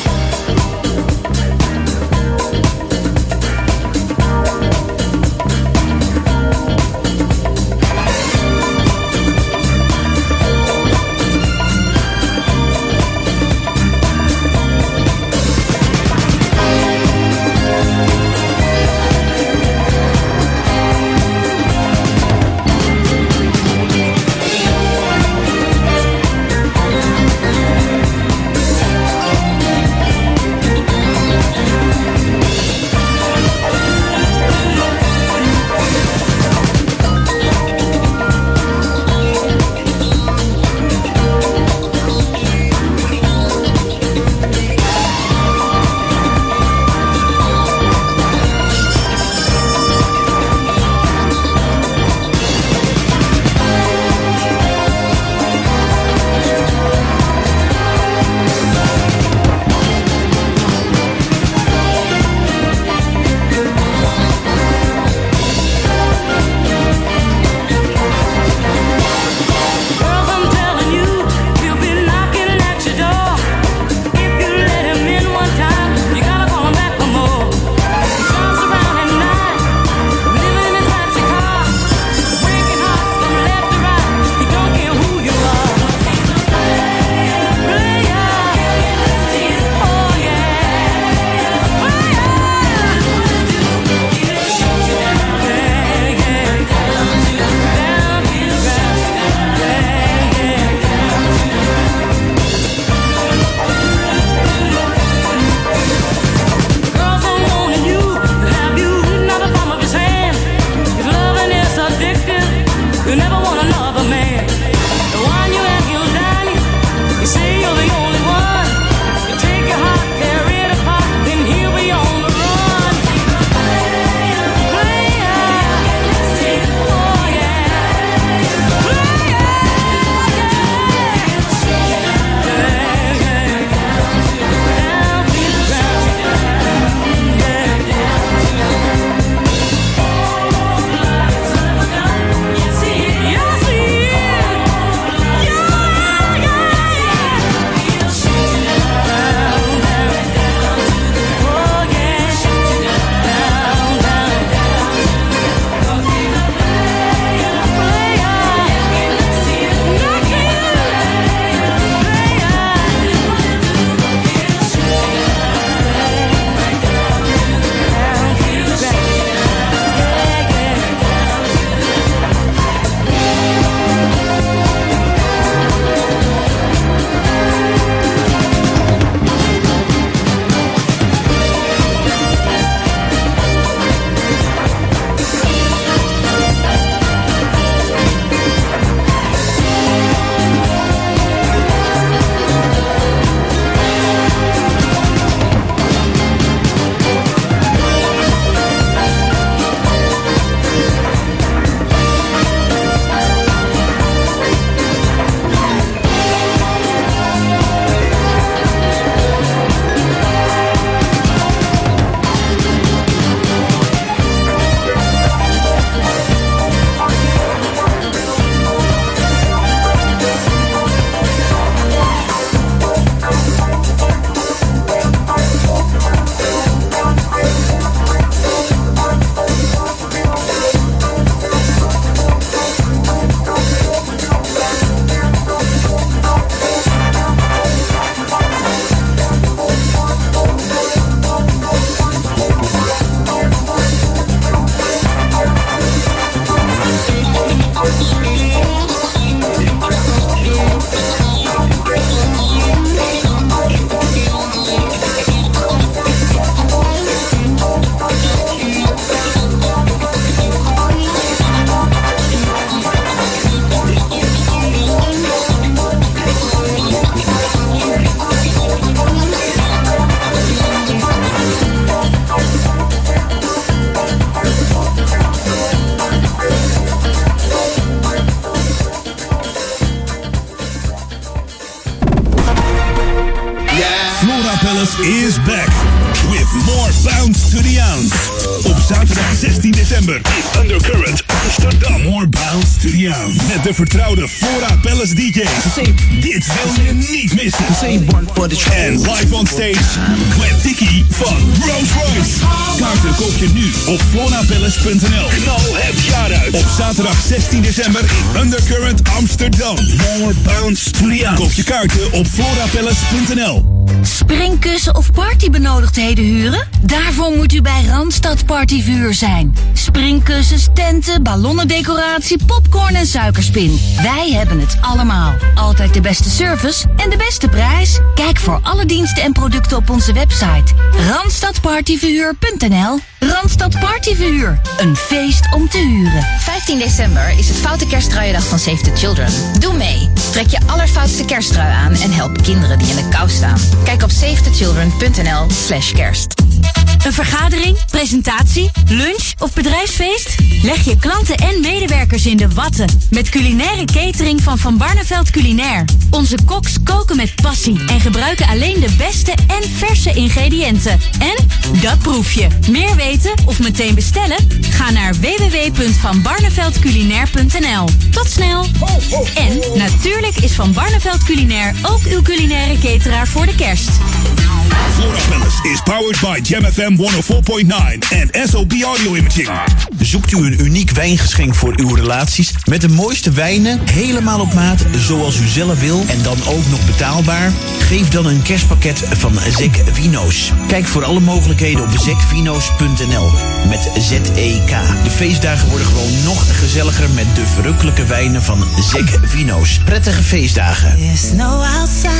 is back with more bounce to the ounce. Op zaterdag 16 december in Undercurrent Amsterdam. More bounce to the ounce. Met de vertrouwde Flora Palace DJ's. Dit wil je niet missen. En live on stage, Gwen Dicky van Rolls Royce. Kaarten koop je nu op florapalace.nl. Knal het jaar uit. Op zaterdag 16 december in Undercurrent Amsterdam. More bounce to the ounce. Koop je kaarten op florapalace.nl. Springkussen of partybenodigdheden huren? Daarvoor moet u bij Randstad Partyvuur zijn. Springkussens, tenten, ballonnendecoratie, popcorn en suikerspin. Wij hebben het allemaal. Altijd de beste service en de beste prijs. Kijk voor alle diensten en producten op onze website randstadpartyverhuur.nl. Randstad Partyverhuur. Een feest om te huren. 15 december is het Foute Kerstruiendag van Save the Children. Doe mee. Trek je allerfoutste kersttrui aan en help kinderen die in de kou staan. Kijk op savethechildren.nl/kerst. Een vergadering, presentatie, lunch of bedrijfsfeest? Leg je klanten en medewerkers in de watten met culinaire catering van Barneveld Culinair. Onze koks koken met passie en gebruiken alleen de beste en verse ingrediënten. En dat proef je. Meer weten of meteen bestellen? Ga naar www.vanbarneveldculinair.nl. Tot snel! En natuurlijk is Van Barneveld Culinair ook uw culinaire cateraar voor de kerst. Flora Palace is powered by Jam FM 104.9 en SOB Audio Imaging. Zoekt u een uniek wijngeschenk voor uw relaties met de mooiste wijnen, helemaal op maat, zoals u zelf wil en dan ook nog betaalbaar? Geef dan een kerstpakket van Zek Vino's. Kijk voor alle mogelijkheden op zekvino's.nl met Z-E-K. De feestdagen worden gewoon nog gezelliger met de verrukkelijke wijnen van Zek Vino's. Prettige feestdagen. There's no outside.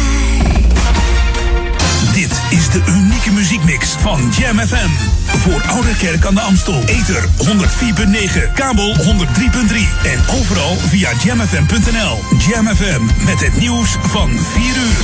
Dit is de unieke muziekmix van Jam FM. Voor Oude Kerk aan de Amstel. Ether 104.9, kabel 103.3 en overal via jamfm.nl. Jam FM met het nieuws van 4 uur.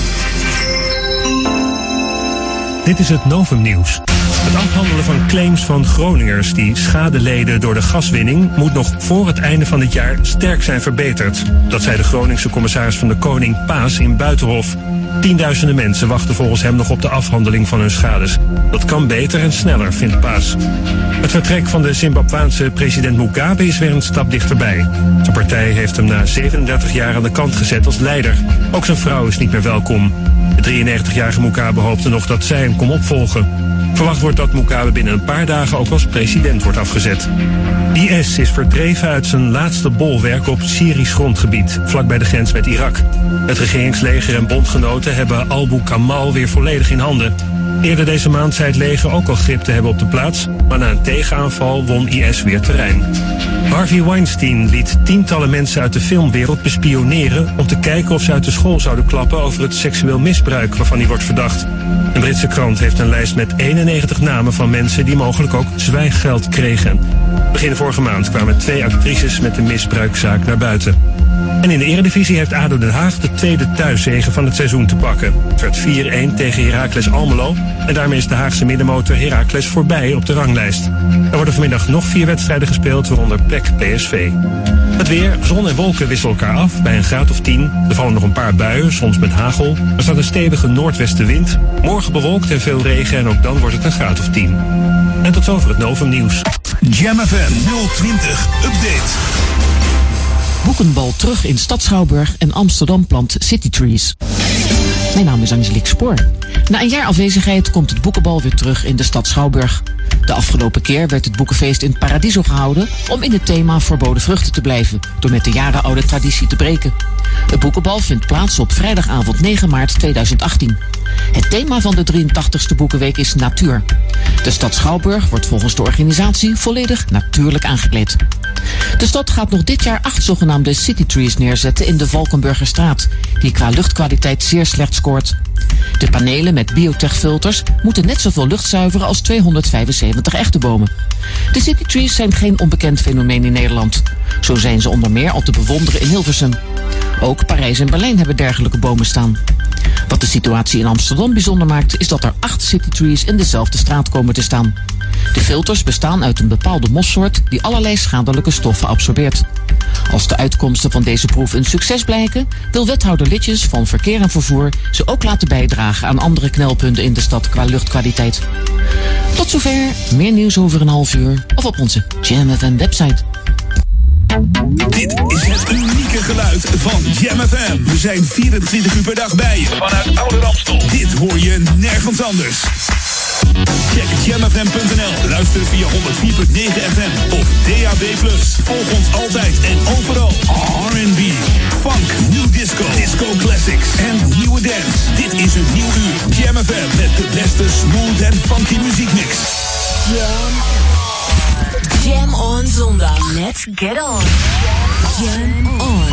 Dit is het Novum Nieuws. Het afhandelen van claims van Groningers die schade leden door de gaswinning moet nog voor het einde van dit jaar sterk zijn verbeterd. Dat zei de Groningse commissaris van de Koning Paas in Buitenhof. Tienduizenden mensen wachten volgens hem nog op de afhandeling van hun schades. Dat kan beter en sneller, vindt Paas. Het vertrek van de Zimbabwaanse president Mugabe is weer een stap dichterbij. Zijn partij heeft hem na 37 jaar aan de kant gezet als leider. Ook zijn vrouw is niet meer welkom. De 93-jarige Mugabe hoopte nog dat zij hem kon opvolgen. Verwacht wordt dat Mugabe binnen een paar dagen ook als president wordt afgezet. IS is verdreven uit zijn laatste bolwerk op Syrisch grondgebied, vlakbij de grens met Irak. Het regeringsleger en bondgenoten hebben Abu Kamal weer volledig in handen. Eerder deze maand zei het leger ook al grip te hebben op de plaats, maar na een tegenaanval won IS weer terrein. Harvey Weinstein liet tientallen mensen uit de filmwereld bespioneren om te kijken of ze uit de school zouden klappen over het seksueel misbruik waarvan hij wordt verdacht. Een Britse krant heeft een lijst met 91 namen van mensen die mogelijk ook zwijggeld kregen. Begin vorige maand kwamen 2 actrices met de misbruikzaak naar buiten. En in de Eredivisie heeft ADO Den Haag de tweede thuiszege van het seizoen te pakken. Het werd 4-1 tegen Heracles Almelo en daarmee is de Haagse middenmotor Heracles voorbij op de ranglijst. Er worden vanmiddag nog 4 wedstrijden gespeeld, waaronder PEC PSV. Het weer, zon en wolken wisselen elkaar af bij een graad of 10. Er vallen nog een paar buien, soms met hagel. Er staat een stevige noordwestenwind. Morgen bewolkt en veel regen en ook dan wordt het een graad of 10. En tot zover het Novum Nieuws. Jam FM 020 Update. Boekenbal terug in Stad Schouwburg en Amsterdam plant City Trees. Mijn naam is Angelique Spoor. Na een jaar afwezigheid komt het boekenbal weer terug in de Stad Schouwburg. De afgelopen keer werd het boekenfeest in Paradiso gehouden om in het thema verboden vruchten te blijven, door met de jarenoude traditie te breken. Het boekenbal vindt plaats op vrijdagavond 9 maart 2018. Het thema van de 83ste Boekenweek is natuur. De Stad Schouwburg wordt volgens de organisatie volledig natuurlijk aangekleed. De stad gaat nog dit jaar 8 zogenaamde City Trees neerzetten in de Valkenburgerstraat, die qua luchtkwaliteit zeer slecht scoort. De panelen met biotechfilters moeten net zoveel lucht zuiveren als 275 echte bomen. De City Trees zijn geen onbekend fenomeen in Nederland. Zo zijn ze onder meer al te bewonderen in Hilversum. Ook Parijs en Berlijn hebben dergelijke bomen staan. Wat de situatie in Amsterdam bijzonder maakt, is dat er 8 citytrees in dezelfde straat komen te staan. De filters bestaan uit een bepaalde mossoort die allerlei schadelijke stoffen absorbeert. Als de uitkomsten van deze proef een succes blijken, wil wethouder Litjes van Verkeer en Vervoer ze ook laten bijdragen aan andere knelpunten in de stad qua luchtkwaliteit. Tot zover, meer nieuws over een half uur of op onze Jam FM website. Dit is het unieke geluid van Jam FM. We zijn 24 uur per dag bij je vanuit Oude Ramstel. Dit hoor je nergens anders. Check jamfm.nl. Luister via 104.9 FM of DAB+. Volg ons altijd en overal. R&B, funk, new disco, disco classics en nieuwe dance. Dit is een nieuw uur. Jam FM met de beste smooth en funky muziekmix. Jam on zondag. Let's get on. Jam on.